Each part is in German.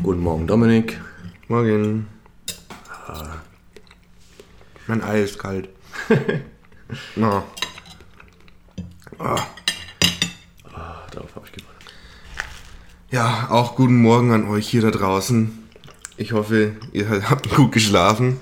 Guten Morgen, Dominik. Morgen. Mein Ei ist kalt. No. Darauf habe ich gewartet. Ja, auch guten Morgen an euch hier da draußen. Ich hoffe, ihr habt gut geschlafen.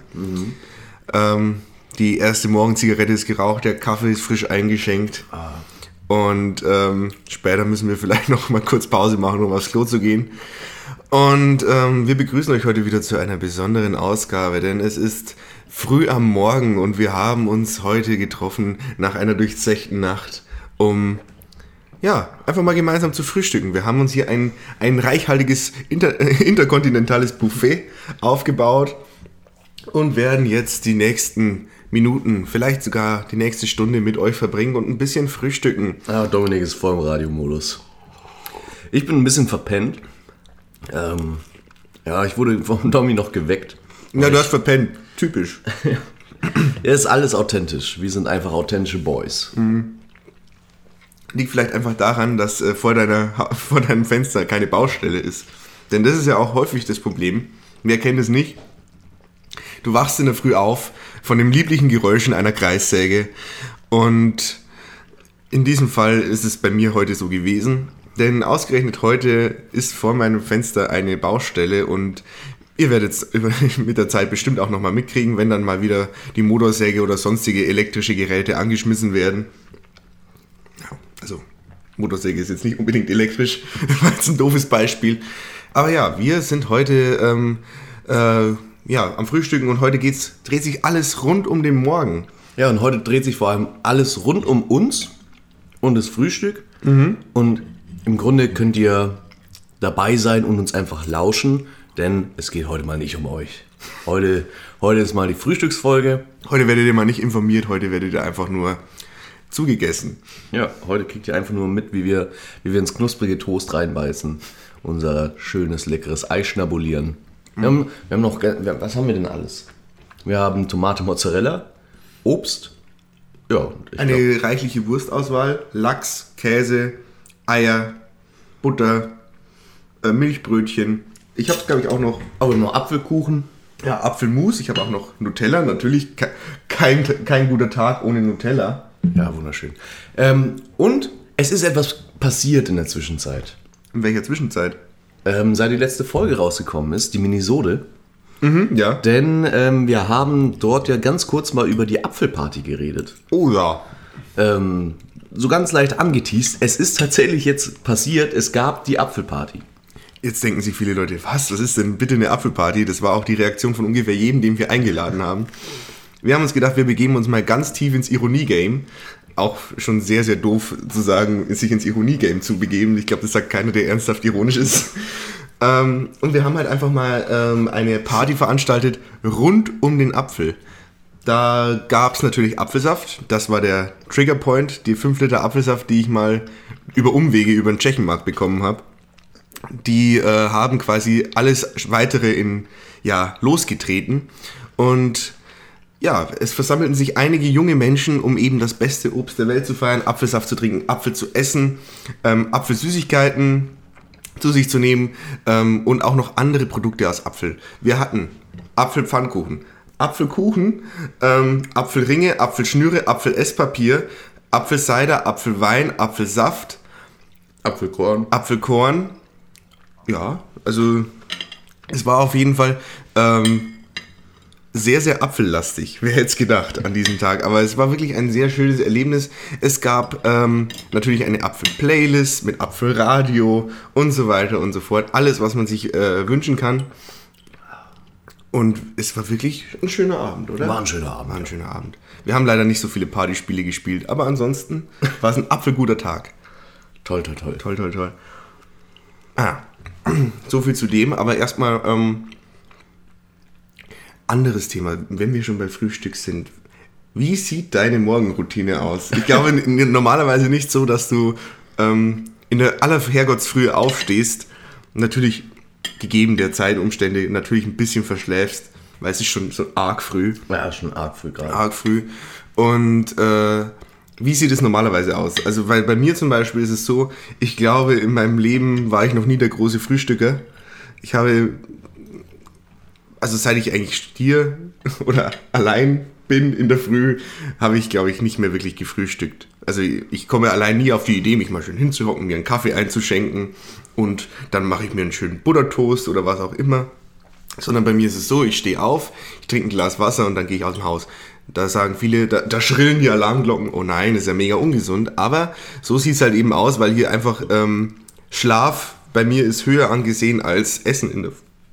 Die erste Morgenzigarette ist geraucht, der Kaffee ist frisch eingeschenkt. Und später müssen wir vielleicht noch mal kurz Pause machen, um aufs Klo zu gehen. Und wir begrüßen euch heute wieder zu einer besonderen Ausgabe, denn es ist früh am Morgen und wir haben uns heute getroffen nach einer durchzechten Nacht, um einfach mal gemeinsam zu frühstücken. Wir haben uns hier ein reichhaltiges interkontinentales Buffet aufgebaut und werden jetzt die nächsten Minuten, vielleicht sogar die nächste Stunde mit euch verbringen und ein bisschen frühstücken. Dominik ist voll im Radiomodus. Ich bin ein bisschen verpennt. Ich wurde vom Domi noch geweckt. Ja, du hast verpennt. Typisch. Ja, ist alles authentisch. Wir sind einfach authentische Boys. Liegt vielleicht einfach daran, dass vor deinem Fenster keine Baustelle ist. Denn das ist ja auch häufig das Problem. Wer kennt es nicht? Du wachst in der Früh auf von dem lieblichen Geräuschen einer Kreissäge. Und in diesem Fall ist es bei mir heute so gewesen. Denn ausgerechnet heute ist vor meinem Fenster eine Baustelle und ihr werdet es mit der Zeit bestimmt auch nochmal mitkriegen, wenn dann mal wieder die Motorsäge oder sonstige elektrische Geräte angeschmissen werden. Ja, also Motorsäge ist jetzt nicht unbedingt elektrisch, das war jetzt ein doofes Beispiel. Aber ja, wir sind heute am Frühstücken und heute dreht sich alles rund um den Morgen. Ja, und heute dreht sich vor allem alles rund um uns und das Frühstück. Und im Grunde könnt ihr dabei sein und uns einfach lauschen, denn es geht heute mal nicht um euch. Heute ist mal die Frühstücksfolge. Heute werdet ihr mal nicht informiert, heute werdet ihr einfach nur zugegessen. Ja, heute kriegt ihr einfach nur mit, wie wir ins knusprige Toast reinbeißen. Unser schönes, leckeres Ei schnabulieren. Wir haben noch, was haben wir denn alles? Wir haben Tomate, Mozzarella, Obst. Ja, eine reichliche Wurstauswahl, Lachs, Käse, Eier, Butter, Milchbrötchen. Ich habe, glaube ich, auch noch... Aber noch Apfelkuchen. Ja, Apfelmus. Ich habe auch noch Nutella. Natürlich kein guter Tag ohne Nutella. Ja, wunderschön. Und es ist etwas passiert in der Zwischenzeit. In welcher Zwischenzeit? Seit die letzte Folge rausgekommen ist, die Minisode. Ja. Denn wir haben dort ja ganz kurz mal über die Apfelparty geredet. Oh ja. So ganz leicht angeteast. Es ist tatsächlich jetzt passiert, es gab die Apfelparty. Jetzt denken sich viele Leute, was ist denn bitte eine Apfelparty? Das war auch die Reaktion von ungefähr jedem, den wir eingeladen haben. Wir haben uns gedacht, wir begeben uns mal ganz tief ins Ironie-Game. Auch schon sehr, sehr doof zu sagen, sich ins Ironie-Game zu begeben. Ich glaube, das sagt keiner, der ernsthaft ironisch ist. Und wir haben halt einfach mal eine Party veranstaltet rund um den Apfel. Da gab es natürlich Apfelsaft. Das war der Triggerpoint, die 5 Liter Apfelsaft, die ich mal über Umwege über den Tschechenmarkt bekommen habe. Die haben quasi alles Weitere losgetreten. Und ja, es versammelten sich einige junge Menschen, um eben das beste Obst der Welt zu feiern, Apfelsaft zu trinken, Apfel zu essen, Apfelsüßigkeiten zu sich zu nehmen und auch noch andere Produkte aus Apfel. Wir hatten Apfelpfannkuchen, Apfelkuchen, Apfelringe, Apfelschnüre, Apfelesspapier, Apfelcider, Apfelwein, Apfelsaft, Apfelkorn. Ja, also es war auf jeden Fall sehr, sehr apfellastig, wer hätte es gedacht an diesem Tag. Aber es war wirklich ein sehr schönes Erlebnis. Es gab natürlich eine Apfel-Playlist mit Apfelradio und so weiter und so fort. Alles, was man sich wünschen kann. Und es war wirklich ein schöner Abend, oder? War ein schöner Abend. Wir haben leider nicht so viele Partyspiele gespielt, aber ansonsten war es ein apfelguter Tag. Toll. So viel zu dem, aber erstmal anderes Thema, wenn wir schon bei Frühstück sind. Wie sieht deine Morgenroutine aus? Ich glaube normalerweise nicht so, dass du in der aller Herrgottsfrühe aufstehst, natürlich gegeben der Zeitumstände natürlich ein bisschen verschläfst, weil es ist schon so arg früh. Ja, schon arg früh gerade. Arg früh. Und wie sieht es normalerweise aus? Also, weil bei mir zum Beispiel ist es so, ich glaube, in meinem Leben war ich noch nie der große Frühstücker. Ich habe, also seit ich eigentlich studiere oder allein bin in der Früh, habe ich, glaube ich, nicht mehr wirklich gefrühstückt. Also ich komme allein nie auf die Idee, mich mal schön hinzuhocken, mir einen Kaffee einzuschenken und dann mache ich mir einen schönen Buttertoast oder was auch immer. Sondern bei mir ist es so, ich stehe auf, ich trinke ein Glas Wasser und dann gehe ich aus dem Haus. Da sagen viele, da schrillen die Alarmglocken, oh nein, das ist ja mega ungesund. Aber so sieht es halt eben aus, weil hier einfach Schlaf bei mir ist höher angesehen als Essen in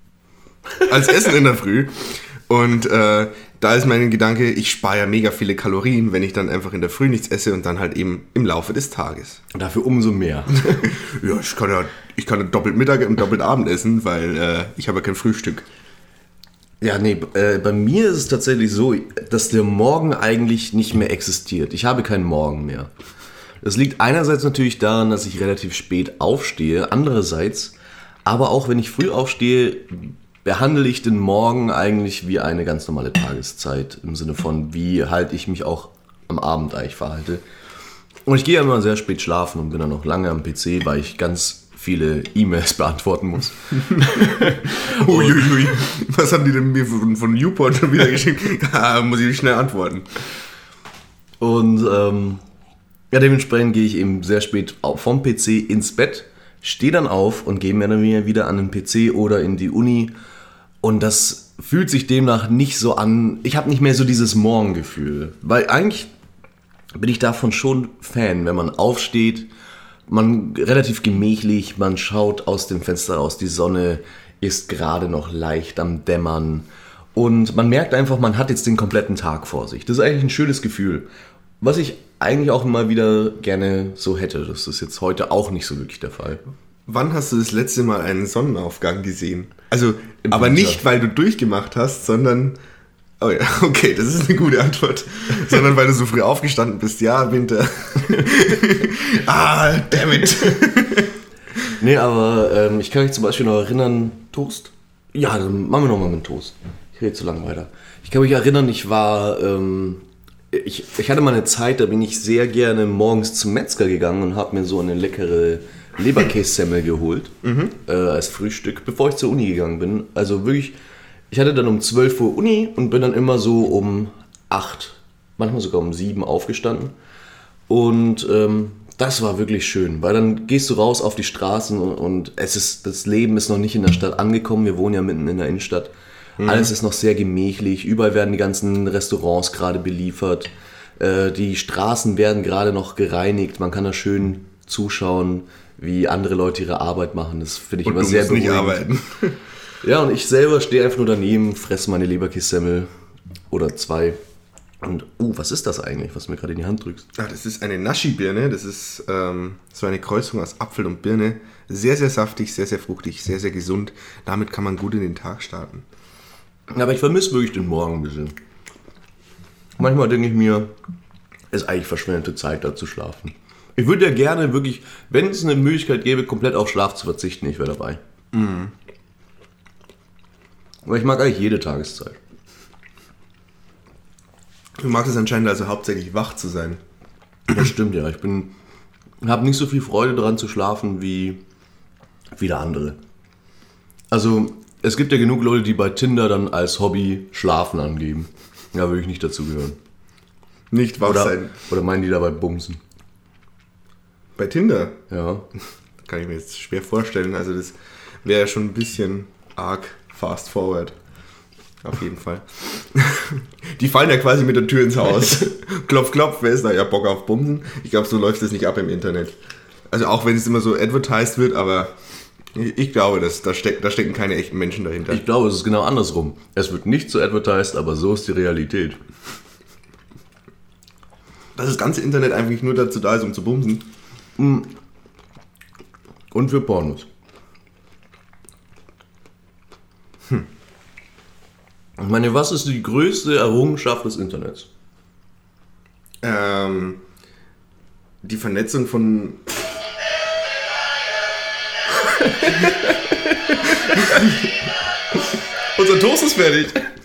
der Früh. Und da ist mein Gedanke, ich spare ja mega viele Kalorien, wenn ich dann einfach in der Früh nichts esse und dann halt eben im Laufe des Tages. Und dafür umso mehr. Ja, ich kann ja doppelt Mittag und doppelt Abend essen, weil ich habe ja kein Frühstück. Ja, nee, bei mir ist es tatsächlich so, dass der Morgen eigentlich nicht mehr existiert. Ich habe keinen Morgen mehr. Das liegt einerseits natürlich daran, dass ich relativ spät aufstehe, andererseits, aber auch wenn ich früh aufstehe, behandle ich den Morgen eigentlich wie eine ganz normale Tageszeit, im Sinne von, wie halt ich mich auch am Abend eigentlich verhalte. Und ich gehe ja immer sehr spät schlafen und bin dann noch lange am PC, weil ich ganz viele E-Mails beantworten muss. Uiuiui, was haben die denn mir von Newport schon wieder geschickt? Muss ich schnell antworten. Und ja, dementsprechend gehe ich eben sehr spät vom PC ins Bett, stehe dann auf und gehe mehr oder weniger wieder an den PC oder in die Uni. Und das fühlt sich demnach nicht so an, ich habe nicht mehr so dieses Morgengefühl. Weil eigentlich bin ich davon schon Fan, wenn man aufsteht, man relativ gemächlich, man schaut aus dem Fenster raus, die Sonne ist gerade noch leicht am Dämmern. Und man merkt einfach, man hat jetzt den kompletten Tag vor sich. Das ist eigentlich ein schönes Gefühl. Was ich eigentlich auch immer wieder gerne so hätte. Das ist jetzt heute auch nicht so wirklich der Fall. Wann hast du das letzte Mal einen Sonnenaufgang gesehen? Also, aber nicht, weil du durchgemacht hast, sondern... Oh ja, okay, das ist eine gute Antwort. Sondern weil du so früh aufgestanden bist. Ja, Winter. Damn it. Nee, aber ich kann mich zum Beispiel noch erinnern, Toast? Ja, dann machen wir nochmal mit Toast. Ich rede zu lange weiter. Ich kann mich erinnern, ich war... Ich hatte mal eine Zeit, da bin ich sehr gerne morgens zum Metzger gegangen und habe mir so eine leckere Leberkässemmel geholt als Frühstück, bevor ich zur Uni gegangen bin. Also wirklich, ich hatte dann um 12 Uhr Uni und bin dann immer so um 8, manchmal sogar um 7 aufgestanden. Und das war wirklich schön, weil dann gehst du raus auf die Straßen und das Leben ist noch nicht in der Stadt angekommen. Wir wohnen ja mitten in der Innenstadt. Alles ist noch sehr gemächlich, überall werden die ganzen Restaurants gerade beliefert, die Straßen werden gerade noch gereinigt, man kann da schön zuschauen, wie andere Leute ihre Arbeit machen, das finde ich immer sehr beruhigend. Nicht arbeiten. Ja, und ich selber stehe einfach nur daneben, fresse meine Leberkässemmel oder 2 und, was ist das eigentlich, was du mir gerade in die Hand drückst? Das ist eine Naschi-Birne, das ist so eine Kreuzung aus Apfel und Birne, sehr, sehr saftig, sehr, sehr fruchtig, sehr, sehr gesund, damit kann man gut in den Tag starten. Aber ich vermisse wirklich den Morgen ein bisschen. Manchmal denke ich mir, es ist eigentlich verschwendete Zeit, da zu schlafen. Ich würde ja gerne wirklich, wenn es eine Möglichkeit gäbe, komplett auf Schlaf zu verzichten, ich wäre dabei. Mhm. Aber ich mag eigentlich jede Tageszeit. Du magst es anscheinend also hauptsächlich wach zu sein. Das stimmt, ja. Ich habe nicht so viel Freude daran zu schlafen wie viele andere. Also... Es gibt ja genug Leute, die bei Tinder dann als Hobby Schlafen angeben. Da würde ich nicht dazu gehören. Nicht wach sein. Oder meinen die dabei Bumsen? Bei Tinder? Ja. Kann ich mir jetzt schwer vorstellen. Also das wäre ja schon ein bisschen arg fast forward. Auf jeden Fall. Die fallen ja quasi mit der Tür ins Haus. Klopf, klopf, wer ist da? Ja, Bock auf Bumsen? Ich glaube, so läuft das nicht ab im Internet. Also auch wenn es immer so advertised wird, aber... Ich glaube, da stecken keine echten Menschen dahinter. Ich glaube, es ist genau andersrum. Es wird nicht so advertised, aber so ist die Realität. Dass das ganze Internet eigentlich nur dazu da ist, um zu bumsen. Und für Pornos. Ich meine, was ist die größte Errungenschaft des Internets? Die Vernetzung von... Unser Toast ist fertig.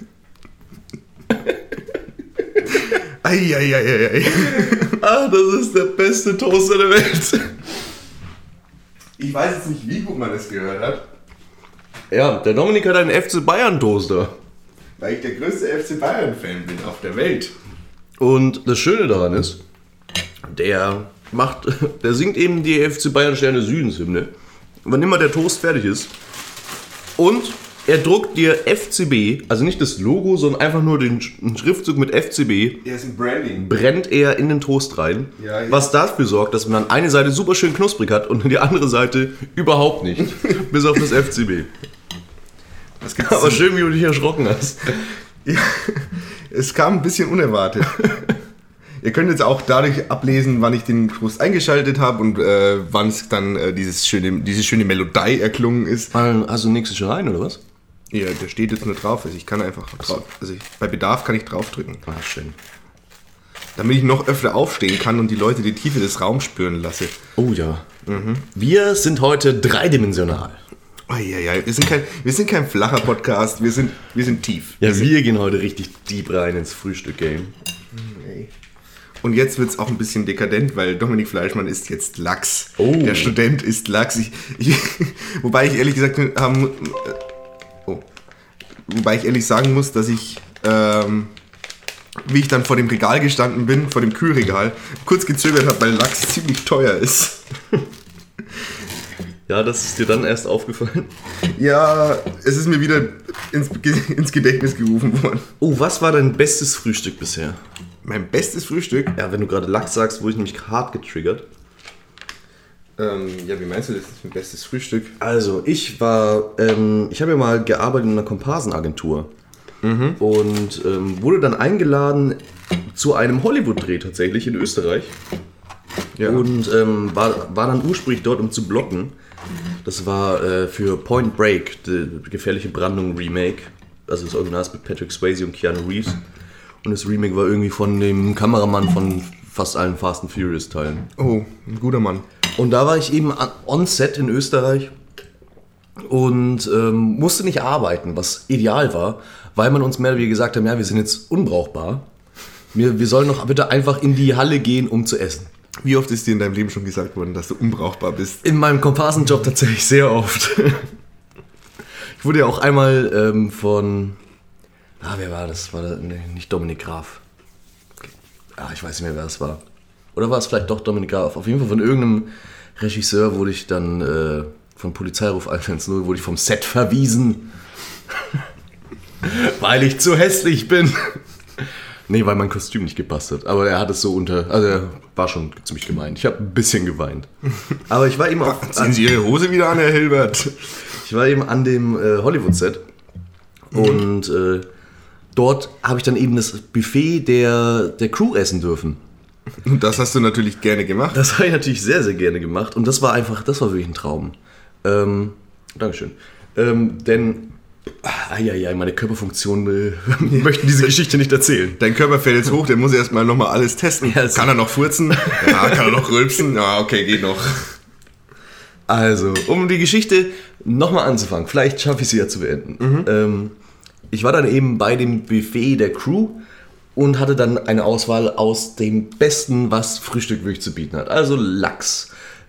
Eieieiei. Das ist der beste Toaster der Welt. Ich weiß jetzt nicht, wie gut man es gehört hat. Ja, der Dominik hat einen FC Bayern Toaster. Weil ich der größte FC Bayern-Fan bin auf der Welt. Und das Schöne daran ist, der singt eben die FC Bayern Sterne Südens Hymne, wann immer der Toast fertig ist. Und er druckt dir FCB, also nicht das Logo, sondern einfach nur den Schriftzug mit FCB. Er ist ein Branding. Brennt er in den Toast rein, Ja. was dafür sorgt, dass man dann eine Seite super schön knusprig hat und die andere Seite überhaupt nicht, bis auf das FCB. Was gibt's Aber denn? schön, wie du dich erschrocken hast. Ja, es kam ein bisschen unerwartet. Ihr könnt jetzt auch dadurch ablesen, wann ich den Toast eingeschaltet habe und wann es dann diese schöne Melodie erklungen ist. Hast du nächstes schon rein, oder was? Ja, der steht jetzt nur drauf. Also ich kann einfach drauf. Bei Bedarf kann ich draufdrücken. Ah, schön. Damit ich noch öfter aufstehen kann und die Leute die Tiefe des Raums spüren lasse. Oh ja. Wir sind heute dreidimensional. Oh, ja. Wir sind kein flacher Podcast, wir sind tief. Ja, wir gehen heute richtig deep rein ins Frühstück-Game. Und jetzt wird es auch ein bisschen dekadent, weil Dominik Fleischmann isst jetzt Lachs. Oh. Der Student isst Lachs. Wobei ich ehrlich gesagt wobei ich ehrlich sagen muss, dass ich, wie ich dann vor dem Regal gestanden bin, vor dem Kühlregal, kurz gezögert habe, weil Lachs ziemlich teuer ist. Ja, das ist dir dann erst aufgefallen. Ja, es ist mir wieder ins Gedächtnis gerufen worden. Oh, was war dein bestes Frühstück bisher? Mein bestes Frühstück? Ja, wenn du gerade Lachs sagst, wurde ich nämlich hart getriggert. Ja, wie meinst du das? Das ist mein bestes Frühstück? Also, ich habe ja mal gearbeitet in einer Komparsenagentur. Und wurde dann eingeladen zu einem Hollywood-Dreh tatsächlich in Österreich. Ja. Und war dann ursprünglich dort, um zu blocken. Das war für Point Break, die gefährliche Brandung Remake. Also das Original ist mit Patrick Swayze und Keanu Reeves. Und das Remake war irgendwie von dem Kameramann von fast allen Fast and Furious Teilen. Oh, ein guter Mann. Und da war ich eben on Set in Österreich und musste nicht arbeiten, was ideal war, weil man uns mehr oder weniger gesagt hat, ja, wir sind jetzt unbrauchbar. Wir sollen doch bitte einfach in die Halle gehen, um zu essen. Wie oft ist dir in deinem Leben schon gesagt worden, dass du unbrauchbar bist? In meinem Komparsenjob tatsächlich sehr oft. Ich wurde ja auch einmal von... wer war das? Nee, nicht Dominik Graf. Ich weiß nicht mehr, wer das war. Oder war es vielleicht doch Dominik Graf? Auf jeden Fall von irgendeinem Regisseur wurde ich dann von Polizeiruf 110 wurde ich vom Set verwiesen. Weil ich zu hässlich bin. Nee, weil mein Kostüm nicht gepasst hat. Aber er hat es so also er war schon ziemlich gemein. Ich habe ein bisschen geweint. Aber ich war eben auch... Ziehen Sie Ihre Hose wieder an, Herr Hilbert? Ich war eben an dem Hollywood-Set. Und dort habe ich dann eben das Buffet der Crew essen dürfen. Und das hast du natürlich gerne gemacht. Das habe ich natürlich sehr, sehr gerne gemacht. Und das war wirklich ein Traum. Dankeschön. Denn... meine Körperfunktionen möchten diese Geschichte nicht erzählen. Dein Körper fällt jetzt hoch, der muss erstmal nochmal alles testen. Ja, kann er noch furzen? Ja, kann er noch rülpsen? Ja, okay, geht noch. Also, um die Geschichte nochmal anzufangen, vielleicht schaffe ich sie ja zu beenden. Ich war dann eben bei dem Buffet der Crew und hatte dann eine Auswahl aus dem Besten, was Frühstück wirklich zu bieten hat. Also Lachs,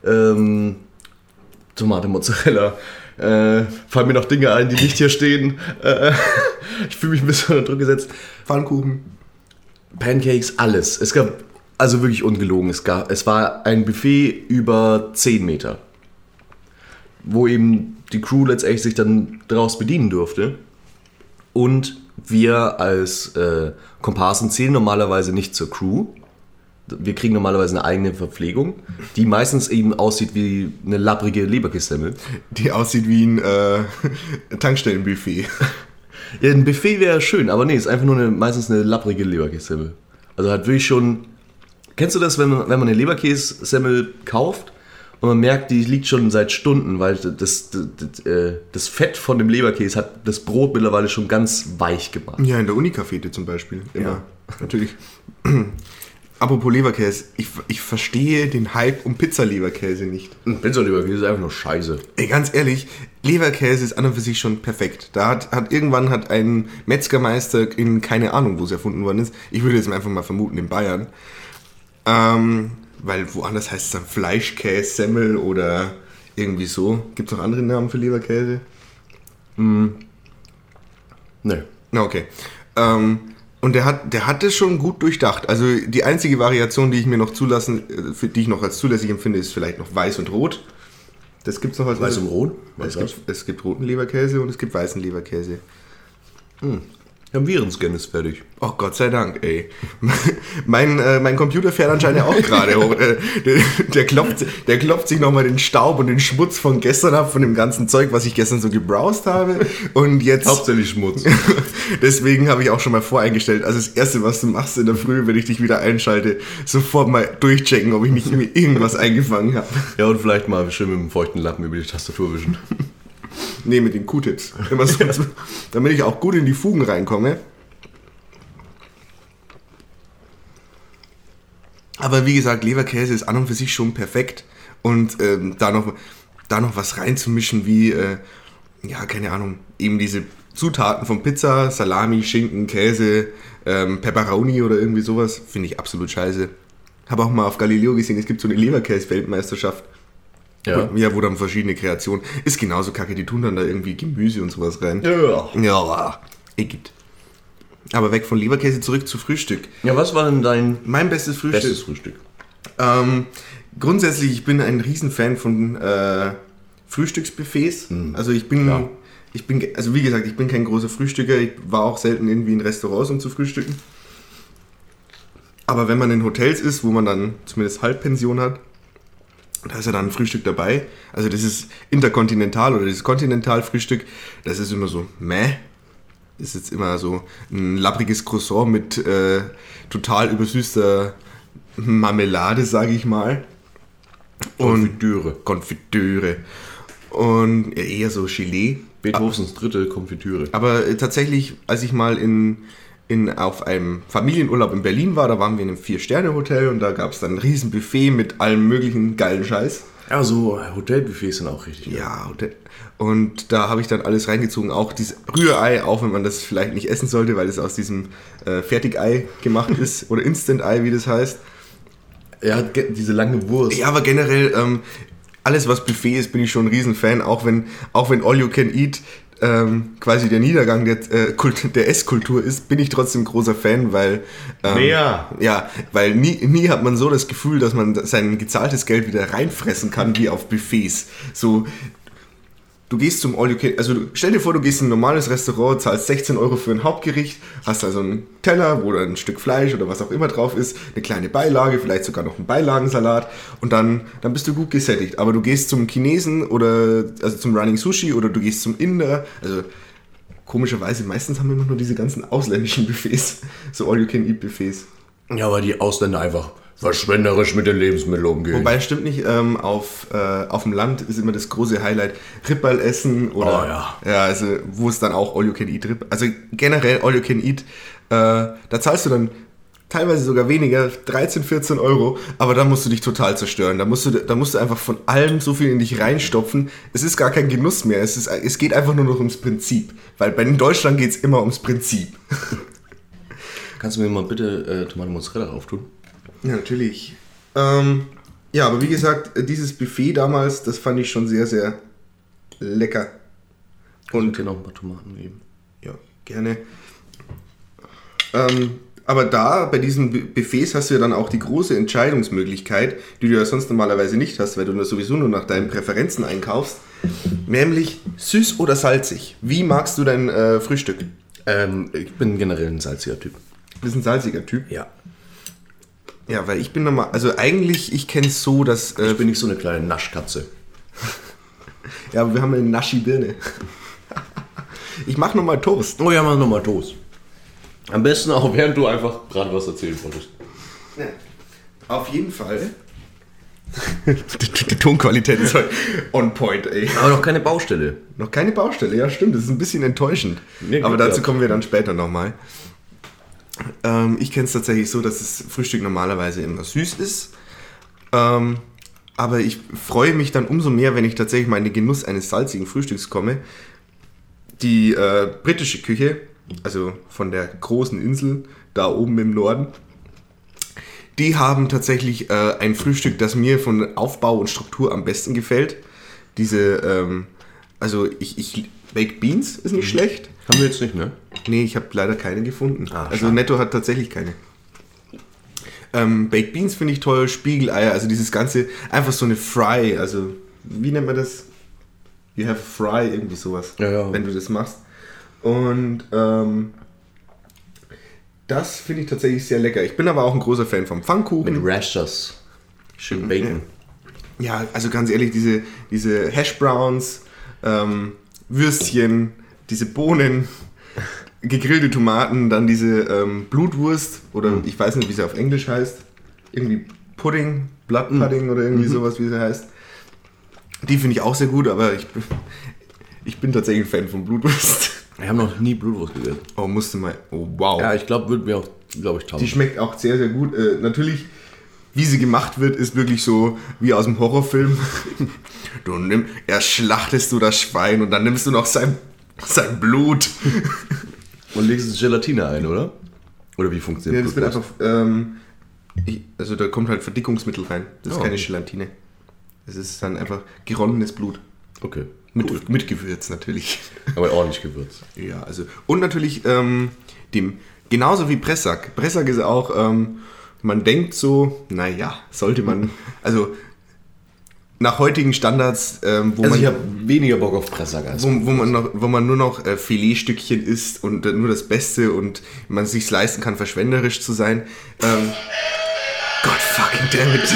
Tomate, Mozzarella, fallen mir noch Dinge ein, die nicht hier stehen. Ich fühle mich ein bisschen unter Druck gesetzt. Pfannkuchen. Pancakes, alles. Es gab, also wirklich ungelogen, es war ein Buffet über 10 Meter, wo eben die Crew letztendlich sich dann daraus bedienen durfte. Und wir als Komparsen zählen normalerweise nicht zur Crew. Wir kriegen normalerweise eine eigene Verpflegung, die meistens eben aussieht wie eine labbrige Leberkässemmel. Die aussieht wie ein Tankstellenbuffet. Ja, ein Buffet wäre schön, aber nee, ist einfach nur meistens eine labbrige Leberkässemmel. Also halt wirklich schon... Kennst du das, wenn man eine Leberkässemmel kauft und man merkt, die liegt schon seit Stunden, weil das Fett von dem Leberkäse hat das Brot mittlerweile schon ganz weich gemacht. Ja, in der Unicafete zum Beispiel. Immer. Ja. Natürlich. Apropos Leberkäse, ich verstehe den Hype um Pizza-Leberkäse nicht. Pizza-Leberkäse ist einfach nur scheiße. Ey, ganz ehrlich, Leberkäse ist an und für sich schon perfekt. Da irgendwann hat ein Metzgermeister in keine Ahnung, wo es erfunden worden ist. Ich würde jetzt einfach mal vermuten, in Bayern. Weil woanders heißt es dann Fleischkäse, Semmel oder irgendwie so. Gibt es noch andere Namen für Leberkäse? Ne. Na, okay. Und der hat das schon gut durchdacht. Also die einzige Variation, die ich mir noch die ich noch als zulässig empfinde, ist vielleicht noch weiß und rot. Das gibt's noch als Weiß und rot? Es gibt roten Leberkäse und es gibt weißen Leberkäse. Haben Virenscan ist fertig. Oh Gott sei Dank, ey. Mein Computer fährt anscheinend auch gerade hoch. Der klopft sich nochmal den Staub und den Schmutz von gestern ab, von dem ganzen Zeug, was ich gestern so gebrowst habe. Und jetzt... Hauptsächlich Schmutz. Deswegen habe ich auch schon mal voreingestellt. Also das Erste, was du machst in der Früh, wenn ich dich wieder einschalte, sofort mal durchchecken, ob ich nicht mir irgendwas eingefangen habe. Ja, und vielleicht mal schön mit dem feuchten Lappen über die Tastatur wischen. Nee, mit den Q-Tips. Immer so, damit ich auch gut in die Fugen reinkomme. Aber wie gesagt, Leberkäse ist an und für sich schon perfekt. Und da noch was reinzumischen wie, keine Ahnung, eben diese Zutaten von Pizza, Salami, Schinken, Käse, Pepperoni oder irgendwie sowas, finde ich absolut scheiße. Habe auch mal auf Galileo gesehen, es gibt so eine Leberkäse-Weltmeisterschaft. Ja, wo dann verschiedene Kreationen. Ist genauso kacke, die tun dann da irgendwie Gemüse und sowas rein. Ja, gibt. Aber weg von Leberkäse zurück zu Frühstück. Ja, was war denn mein bestes Frühstück? Grundsätzlich, ich bin ein Riesenfan von Frühstücksbuffets. Also wie gesagt, ich bin kein großer Frühstücker. Ich war auch selten irgendwie in Restaurants, um zu frühstücken. Aber wenn man in Hotels ist, wo man dann zumindest Halbpension hat, da ist ja dann ein Frühstück dabei. Also das ist Interkontinental oder das Kontinentalfrühstück. Das ist immer so, Das ist jetzt immer so ein lappriges Croissant mit total übersüßter Marmelade, sage ich mal. Konfitüre. Und eher so Gelee. Beethovens dritte Konfitüre. Aber tatsächlich, als ich mal auf einem Familienurlaub in Berlin war, da waren wir in einem 4-Sterne-Hotel und da gab es dann ein riesen Buffet mit allem möglichen geilen Scheiß. Ja, so Hotelbuffets sind auch richtig. Ja, und da habe ich dann alles reingezogen, auch dieses Rührei, auch wenn man das vielleicht nicht essen sollte, weil es aus diesem Fertigei gemacht ist oder Instant-Ei, wie das heißt. Ja, diese lange Wurst. Ja, aber generell, alles was Buffet ist, bin ich schon ein Riesenfan, auch wenn All You Can Eat quasi der Niedergang der Esskultur ist, bin ich trotzdem großer Fan, weil weil nie hat man so das Gefühl, dass man sein gezahltes Geld wieder reinfressen kann wie auf Buffets. So, du gehst zum All You Can, also stell dir vor, du gehst in ein normales Restaurant, zahlst 16 € für ein Hauptgericht, hast also einen Teller, wo da ein Stück Fleisch oder was auch immer drauf ist, eine kleine Beilage, vielleicht sogar noch einen Beilagensalat und dann bist du gut gesättigt. Aber du gehst zum Chinesen also zum Running Sushi oder du gehst zum Inder, also komischerweise, meistens haben wir immer nur diese ganzen ausländischen Buffets, so All You Can Eat Buffets. Ja, weil die Ausländer einfach verschwenderisch mit den Lebensmitteln umgehen. Wobei, stimmt nicht, auf dem Land ist immer das große Highlight Ribberl essen oder also wo es dann auch All You Can Eat also generell All You Can Eat, da zahlst du dann teilweise sogar weniger, 13, 14 €, aber da musst du dich total zerstören. Da musst du einfach von allem so viel in dich reinstopfen. Es ist gar kein Genuss mehr, es geht einfach nur noch ums Prinzip, weil in Deutschland geht es immer ums Prinzip. Kannst du mir mal bitte Tomate Mozzarella auftun? Ja, natürlich. Aber wie gesagt, dieses Buffet damals, das fand ich schon sehr, sehr lecker. Und hier noch ein paar Tomaten geben. Ja, gerne. Aber bei diesen Buffets hast du ja dann auch die große Entscheidungsmöglichkeit, die du ja sonst normalerweise nicht hast, weil du sowieso nur nach deinen Präferenzen einkaufst. Nämlich süß oder salzig. Wie magst du dein Frühstück? Ich bin generell ein salziger Typ. Du bist ein salziger Typ? Ja. Ja, weil ich bin normal, also eigentlich, ich kenne es so, dass... ich bin nicht so eine kleine Naschkatze. Ja, aber wir haben eine Naschi-Birne. Ich mach nochmal Toast. Oh ja, mach nochmal Toast. Am besten auch, während du einfach gerade was erzählen wolltest. Ja, auf jeden Fall. Die Tonqualität ist halt on point, ey. Aber noch keine Baustelle. Noch keine Baustelle, ja stimmt, das ist ein bisschen enttäuschend. Nee, aber dazu kommen wir dann später nochmal. Ich kenne es tatsächlich so, dass das Frühstück normalerweise immer süß ist. Aber ich freue mich dann umso mehr, wenn ich tatsächlich mal in den Genuss eines salzigen Frühstücks komme. Die britische Küche, also von der großen Insel, da oben im Norden, die haben tatsächlich ein Frühstück, das mir von Aufbau und Struktur am besten gefällt. Diese Also Baked Beans ist nicht schlecht. Haben wir jetzt nicht, ne? Nee, ich habe leider keine gefunden. Also schade. Netto hat tatsächlich keine. Baked Beans finde ich toll, Spiegeleier, also dieses ganze, einfach so eine Fry, also wie nennt man das? You have a fry, irgendwie sowas, Ja. wenn du das machst. Und das finde ich tatsächlich sehr lecker. Ich bin aber auch ein großer Fan vom Pfannkuchen. Mit Rashers. Schön Bacon. Ja, also ganz ehrlich, diese Hash Browns, Würstchen, diese Bohnen, gegrillte Tomaten, dann diese Blutwurst oder ich weiß nicht, wie sie auf Englisch heißt. Irgendwie Pudding, Blood Pudding oder irgendwie sowas, wie sie heißt. Die finde ich auch sehr gut, aber ich bin tatsächlich ein Fan von Blutwurst. Wir haben noch nie Blutwurst gegessen. Oh, musste mal. Oh, wow. Ja, ich glaube, würde mir auch, taugen. Die schmeckt auch sehr, sehr gut. Natürlich, wie sie gemacht wird, ist wirklich so wie aus dem Horrorfilm. Erst schlachtest du das Schwein und dann nimmst du noch sein Blut. Und legst es Gelatine ein, oder? Oder wie funktioniert Ja, das wird einfach. Also da kommt halt Verdickungsmittel rein. Das ist keine Gelatine. Es ist dann einfach geronnenes Blut. Okay. Mit Gewürz natürlich. Aber ordentlich Gewürz. Ja, also. Und natürlich genauso wie Pressack. Pressack ist auch, man denkt so, naja, sollte man, also nach heutigen Standards, ich habe weniger Bock auf Pressack als wo man nur noch Filetstückchen isst und nur das Beste und man es sich leisten kann, verschwenderisch zu sein. God fucking damn it.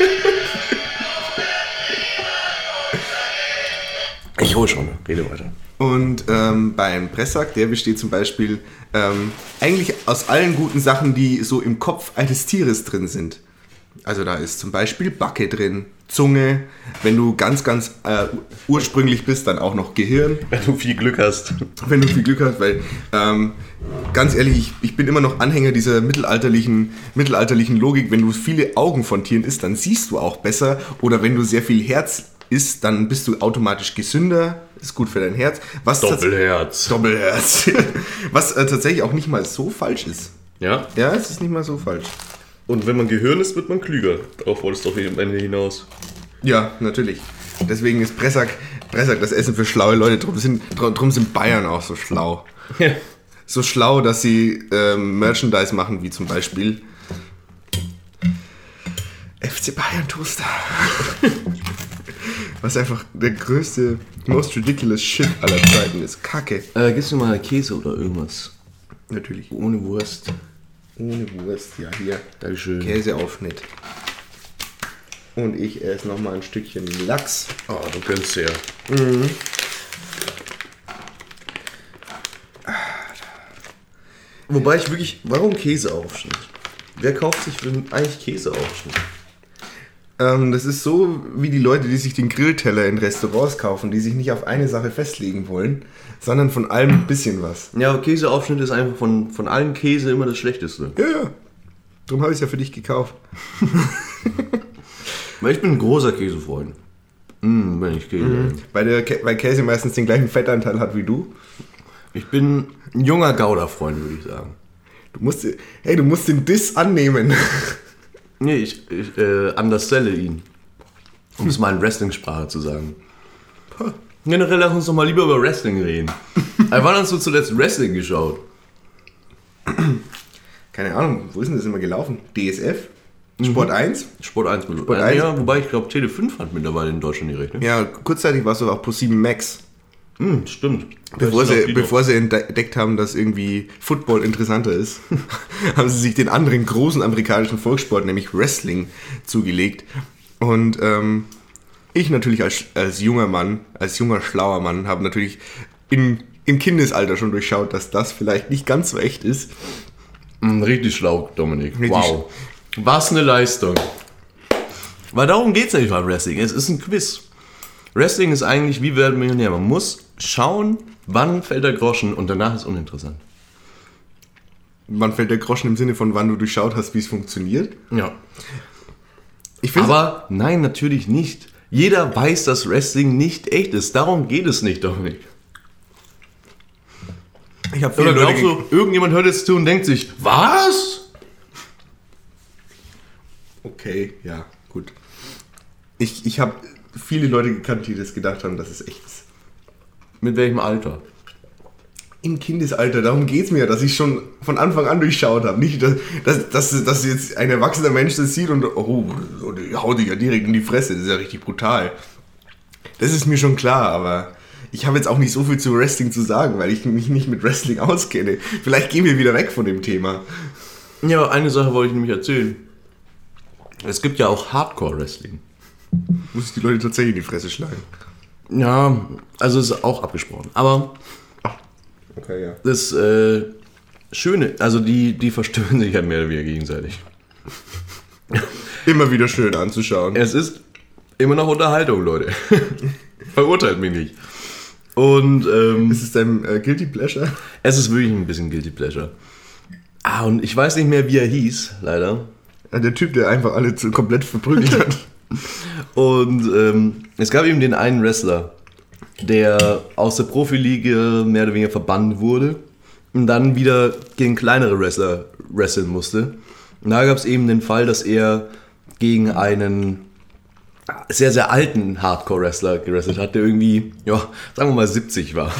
Ich hole schon, rede weiter. Und beim Pressack, der besteht zum Beispiel eigentlich aus allen guten Sachen, die so im Kopf eines Tieres drin sind. Also da ist zum Beispiel Backe drin, Zunge, wenn du ganz, ganz ursprünglich bist, dann auch noch Gehirn. Wenn du viel Glück hast. Wenn du viel Glück hast, weil ganz ehrlich, ich bin immer noch Anhänger dieser mittelalterlichen Logik. Wenn du viele Augen von Tieren isst, dann siehst du auch besser. Oder wenn du sehr viel Herz isst, dann bist du automatisch gesünder. Ist gut für dein Herz. Doppelherz. Was tatsächlich auch nicht mal so falsch ist. Ja? Ja, es ist nicht mal so falsch. Und wenn man Gehirn isst, wird man klüger. Darauf wolltest du doch am Ende hinaus. Ja, natürlich. Deswegen ist Pressack das Essen für schlaue Leute. Drum sind Bayern auch so schlau. Ja. So schlau, dass sie Merchandise machen, wie zum Beispiel FC Bayern Toaster. Was einfach der größte, most ridiculous shit aller Zeiten ist. Kacke. Gibst du mal Käse oder irgendwas? Natürlich. Ohne Wurst. Ohne Wurst, ja, hier. Dankeschön. Käseaufschnitt. Und ich esse nochmal ein Stückchen Lachs. Oh, du gönnst ja. Wobei ich wirklich, warum Käseaufschnitt? Wer kauft sich eigentlich Käseaufschnitt? Das ist so wie die Leute, die sich den Grillteller in Restaurants kaufen, die sich nicht auf eine Sache festlegen wollen, sondern von allem ein bisschen was. Ja, aber Käseaufschnitt ist einfach von allen Käse immer das Schlechteste. Ja. Darum habe ich es ja für dich gekauft. Weil ich bin ein großer Käsefreund. Wenn ich Käse. Weil Käse meistens den gleichen Fettanteil hat wie du. Ich bin ein junger Gouda-Freund, würde ich sagen. Du musst den Diss annehmen. Nee, ich underselle ihn. Um es mal in Wrestling-Sprache zu sagen. Generell lass uns doch mal lieber über Wrestling reden. Wann hast du zuletzt Wrestling geschaut? Keine Ahnung, wo ist denn das immer gelaufen? DSF? Sport 1? Sport 1 mit Sport 1? Ja, wobei ich glaube Tele 5 hat mittlerweile in Deutschland die Rechte. Ja, kurzzeitig warst du auch Pro 7 Max. Stimmt. Bevor sie entdeckt haben, dass irgendwie Football interessanter ist, haben sie sich den anderen großen amerikanischen Volkssport, nämlich Wrestling, zugelegt. Und ich natürlich als junger Mann, als junger, schlauer Mann, habe natürlich im Kindesalter schon durchschaut, dass das vielleicht nicht ganz so echt ist. Richtig schlau, Dominik. Wow. Was eine Leistung. Weil darum geht es nicht beim Wrestling. Es ist ein Quiz. Wrestling ist eigentlich wie Wer wird Millionär. Man muss schauen, wann fällt der Groschen und danach ist uninteressant. Wann fällt der Groschen im Sinne von, wann du durchschaut hast, wie es funktioniert? Ja. Aber nein, natürlich nicht. Jeder weiß, dass Wrestling nicht echt ist. Darum geht es nicht, Dominik. Oder glaubst du, irgendjemand hört jetzt zu und denkt sich, was? Okay, ja, gut. Ich habe viele Leute gekannt, die das gedacht haben, dass es echt ist. Mit welchem Alter? Im Kindesalter, darum geht es mir, dass ich schon von Anfang an durchschaut habe. Nicht, dass jetzt ein erwachsener Mensch das sieht und die haut dich ja direkt in die Fresse. Das ist ja richtig brutal. Das ist mir schon klar, aber ich habe jetzt auch nicht so viel zu Wrestling zu sagen, weil ich mich nicht mit Wrestling auskenne. Vielleicht gehen wir wieder weg von dem Thema. Ja, eine Sache wollte ich nämlich erzählen. Es gibt ja auch Hardcore-Wrestling. Muss ich die Leute tatsächlich in die Fresse schlagen? Ja, also ist auch abgesprochen. Aber okay, ja. das Schöne, also die verstören sich ja mehr oder weniger gegenseitig. Immer wieder schön anzuschauen. Es ist immer noch Unterhaltung, Leute. Verurteilt mich nicht. Und ist es dein Guilty Pleasure? Es ist wirklich ein bisschen Guilty Pleasure. Und ich weiß nicht mehr, wie er hieß, leider. Ja, der Typ, der einfach alle komplett verprügelt hat. Und es gab eben den einen Wrestler, der aus der Profiliga mehr oder weniger verbannt wurde und dann wieder gegen kleinere Wrestler wresteln musste. Und da gab es eben den Fall, dass er gegen einen sehr, sehr alten Hardcore-Wrestler gewrestelt hat, der irgendwie, ja, sagen wir mal 70 war.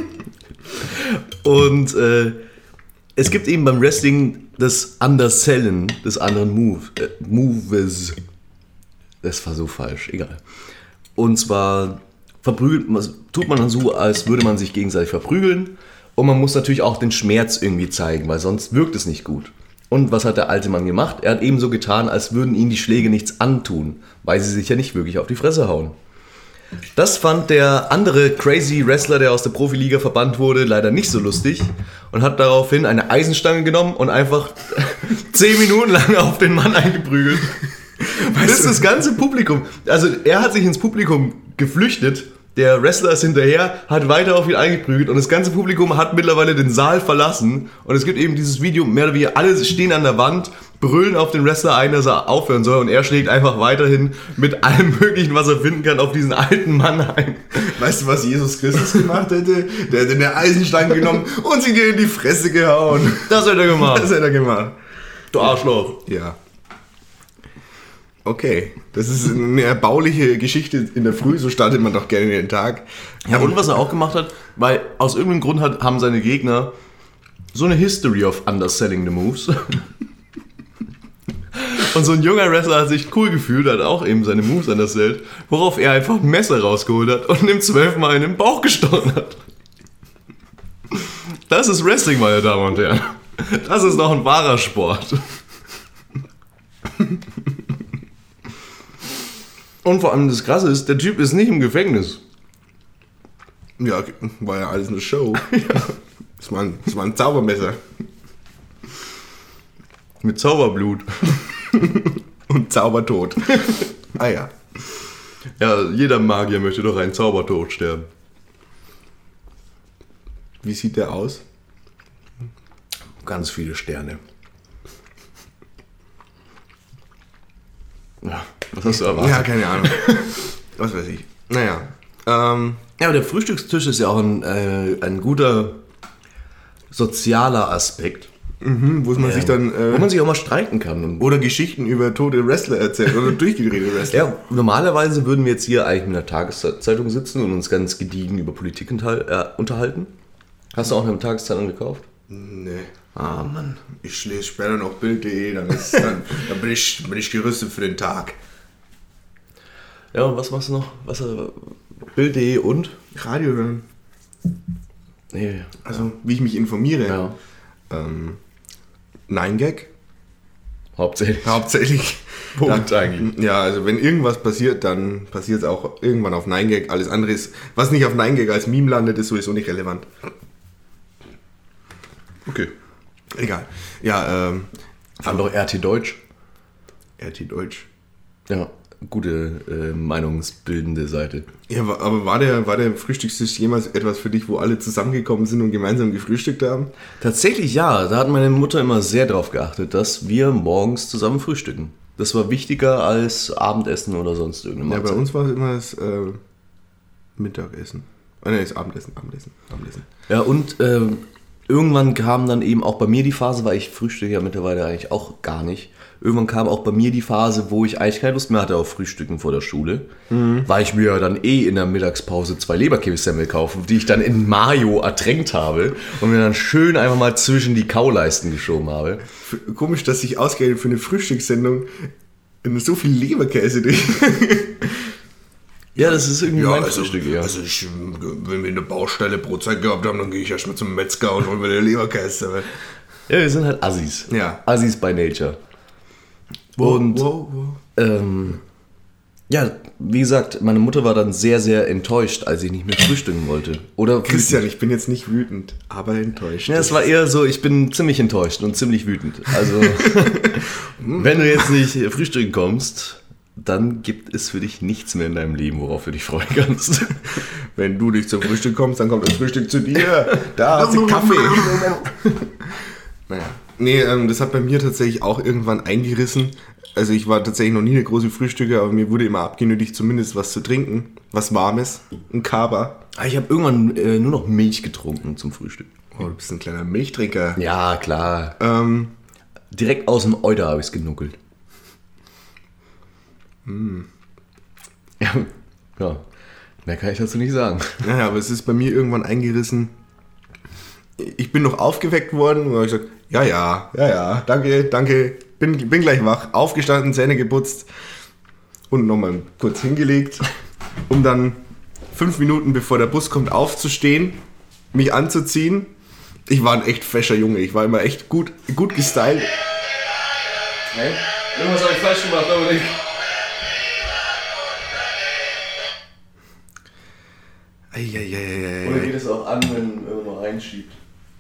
Und es gibt eben beim Wrestling das Undersellen des anderen Moves. Das war so falsch, egal. Und zwar tut man dann so, als würde man sich gegenseitig verprügeln. Und man muss natürlich auch den Schmerz irgendwie zeigen, weil sonst wirkt es nicht gut. Und was hat der alte Mann gemacht? Er hat eben so getan, als würden ihm die Schläge nichts antun, weil sie sich ja nicht wirklich auf die Fresse hauen. Das fand der andere crazy Wrestler, der aus der Profiliga verbannt wurde, leider nicht so lustig und hat daraufhin eine Eisenstange genommen und einfach 10 Minuten lang auf den Mann eingeprügelt. Bis das ganze Publikum, also er hat sich ins Publikum geflüchtet, der Wrestler ist hinterher, hat weiter auf ihn eingeprügelt und das ganze Publikum hat mittlerweile den Saal verlassen und es gibt eben dieses Video, mehr oder weniger alle stehen an der Wand, brüllen auf den Wrestler ein, dass er aufhören soll und er schlägt einfach weiterhin mit allem möglichen, was er finden kann, auf diesen alten Mann ein. Weißt du, was Jesus Christus gemacht hätte? Der hätte eine Eisenstange genommen und sie dir in die Fresse gehauen. Das hätte er gemacht. Das hätte er gemacht. Du Arschloch. Ja. Okay, das ist eine erbauliche Geschichte in der Früh, so startet man doch gerne in den Tag. Ja, und was er auch gemacht hat, weil aus irgendeinem Grund haben seine Gegner so eine History of underselling the moves. Und so ein junger Wrestler hat sich cool gefühlt, hat auch eben seine Moves undersellt, worauf er einfach ein Messer rausgeholt hat und ihm 12-mal in den Bauch gestochen hat. Das ist Wrestling, meine Damen und Herren. Das ist noch ein wahrer Sport. Und vor allem das Krasse ist, der Typ ist nicht im Gefängnis. Ja, war ja alles eine Show. Ja. Das war ein Zaubermesser. Mit Zauberblut. Und Zaubertod. Ja. Ja, jeder Magier möchte doch einen Zaubertod sterben. Wie sieht der aus? Ganz viele Sterne. Ja, was hast du erwartet? Ja, keine Ahnung. Was weiß ich. Naja. Ja, aber der Frühstückstisch ist ja auch ein guter sozialer Aspekt. Wo man sich dann... wo man sich auch mal streiten kann. Oder Geschichten über tote Wrestler erzählt oder durchgedrehte Wrestler. Ja, normalerweise würden wir jetzt hier eigentlich mit einer Tageszeitung sitzen und uns ganz gediegen über Politik unterhalten. Hast du auch eine Tageszeitung gekauft? Nee. Ah, Mann. Ich lese später noch Bild.de, dann bin ich gerüstet für den Tag. Ja, und was machst du noch? Bild.de und? Radio hören. Nee. Also, wie ich mich informiere. Ja. 9gag. Hauptsächlich. Punkt eigentlich. Ja, also wenn irgendwas passiert, dann passiert es auch irgendwann auf 9gag. Alles andere ist, was nicht auf 9gag als Meme landet, ist sowieso nicht relevant. Okay. Egal. Ja, Haben doch RT Deutsch. RT Deutsch. Ja, gute meinungsbildende Seite. Ja, aber war der Frühstückstisch jemals etwas für dich, wo alle zusammengekommen sind und gemeinsam gefrühstückt haben? Tatsächlich ja. Da hat meine Mutter immer sehr drauf geachtet, dass wir morgens zusammen frühstücken. Das war wichtiger als Abendessen oder sonst irgendeine Mahlzeit. Ja, bei uns war es immer das Mittagessen. Nein, das Abendessen. Ja, und irgendwann kam dann eben auch bei mir die Phase, weil ich frühstücke ja mittlerweile eigentlich auch gar nicht. Irgendwann kam auch bei mir die Phase, wo ich eigentlich keine Lust mehr hatte auf Frühstücken vor der Schule. Weil ich mir dann in der Mittagspause 2 Leberkässemmel kaufe, die ich dann in Mayo ertränkt habe und mir dann schön einfach mal zwischen die Kauleisten geschoben habe. Komisch, dass sich ausgerechnet für eine Frühstückssendung so viel Leberkäse durch. Ja, das ist irgendwie mein Frühstück, ja. Also wenn wir in der Baustelle Brotzeit gehabt haben, dann gehe ich erstmal zum Metzger und hol mir den Leberkäse. Ja, wir sind halt Assis. Ja. Assis by nature. Und ja, wie gesagt, meine Mutter war dann sehr, sehr enttäuscht, als ich nicht mehr frühstücken wollte. Oder Christian, ich bin jetzt nicht wütend, aber enttäuscht. Ja, es war eher so, ich bin ziemlich enttäuscht und ziemlich wütend. Also, wenn du jetzt nicht frühstücken kommst, dann gibt es für dich nichts mehr in deinem Leben, worauf du dich freuen kannst. Wenn du nicht zum Frühstück kommst, dann kommt das Frühstück zu dir. Da hast du Kaffee. Naja. Nee, das hat bei mir tatsächlich auch irgendwann eingerissen. Also ich war tatsächlich noch nie eine große Frühstücker, aber mir wurde immer abgenötigt, zumindest was zu trinken. Was Warmes, ein Kaba. Ich habe irgendwann nur noch Milch getrunken zum Frühstück. Oh, du bist ein kleiner Milchtrinker. Ja, klar. Direkt aus dem Euter habe ich es genuckelt. Ja, mehr kann ich dazu nicht sagen. Naja, aber es ist bei mir irgendwann eingerissen. Ich bin noch aufgeweckt worden und habe gesagt, ja, danke, bin gleich wach. Aufgestanden, Zähne geputzt und nochmal kurz hingelegt, um dann 5 Minuten bevor der Bus kommt aufzustehen, mich anzuziehen. Ich war ein echt fescher Junge, ich war immer echt gut gestylt. Hey, irgendwas habe ich falsch gemacht, aber nicht. Oder geht es auch an, wenn man noch reinschiebt?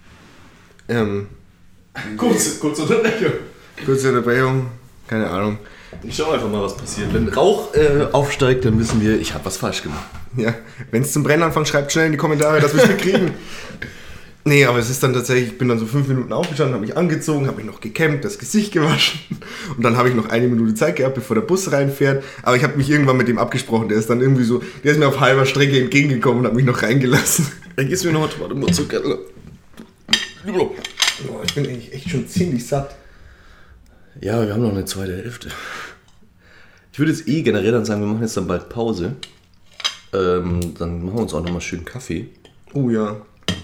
Kurze Unterbrechung. Kurze Unterbrechung, keine Ahnung. Ich schau einfach mal, was passiert. Wenn Rauch aufsteigt, dann wissen wir, ich habe was falsch gemacht. Ja, wenn es zum Brennen anfängt, schreibt schnell in die Kommentare, dass wir es mitkriegen. Nee, aber es ist dann tatsächlich, ich bin dann so 5 Minuten aufgestanden, habe mich angezogen, habe mich noch gekämmt, das Gesicht gewaschen und dann habe ich noch 1 Minute Zeit gehabt, bevor der Bus reinfährt. Aber ich habe mich irgendwann mit dem abgesprochen, der ist dann irgendwie so, der ist mir auf halber Strecke entgegengekommen und hat mich noch reingelassen. Dann gibst du mir noch mal Zucker. Oh, ich bin eigentlich echt schon ziemlich satt. Ja, wir haben noch eine zweite Hälfte. Ich würde jetzt generell dann sagen, wir machen jetzt dann bald Pause. Dann machen wir uns auch nochmal schön Kaffee. Oh ja.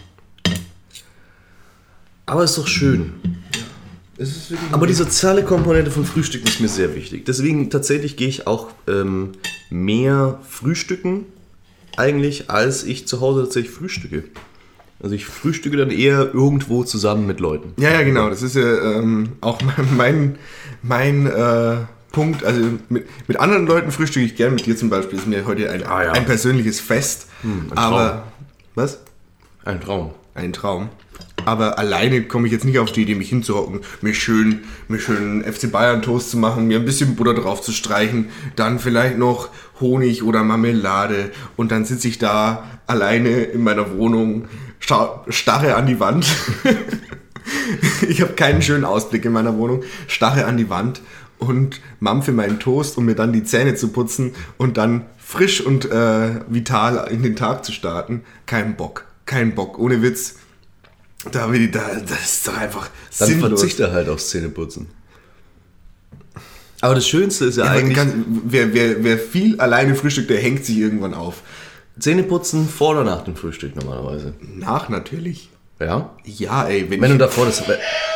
Aber ist doch schön. Es ist wirklich Aber die soziale Komponente von Frühstücken ist mir sehr wichtig. Deswegen tatsächlich gehe ich auch mehr frühstücken eigentlich, als ich zu Hause tatsächlich frühstücke. Also ich frühstücke dann eher irgendwo zusammen mit Leuten. Ja, genau. Das ist ja auch mein Punkt. Also mit anderen Leuten frühstücke ich gern. Mit dir zum Beispiel ist mir heute ein persönliches Fest. Ein Traum. Aber was? Ein Traum. Ein Traum. Aber alleine komme ich jetzt nicht auf die Idee, mich hinzuhocken, mir schön FC Bayern Toast zu machen, mir ein bisschen Butter drauf zu streichen, dann vielleicht noch Honig oder Marmelade und dann sitze ich da alleine in meiner Wohnung, starre an die Wand. Ich habe keinen schönen Ausblick in meiner Wohnung, starre an die Wand und mampfe meinen Toast, um mir dann die Zähne zu putzen und dann frisch und vital in den Tag zu starten. Kein Bock, ohne Witz. Das ist doch einfach dann sinnlos. Dann verzichte halt aufs Zähneputzen. Aber das Schönste ist ja eigentlich... Wer viel alleine frühstückt, der hängt sich irgendwann auf. Zähneputzen vor oder nach dem Frühstück normalerweise? Nach natürlich. Ja? Ja, ey. Wenn du davor das...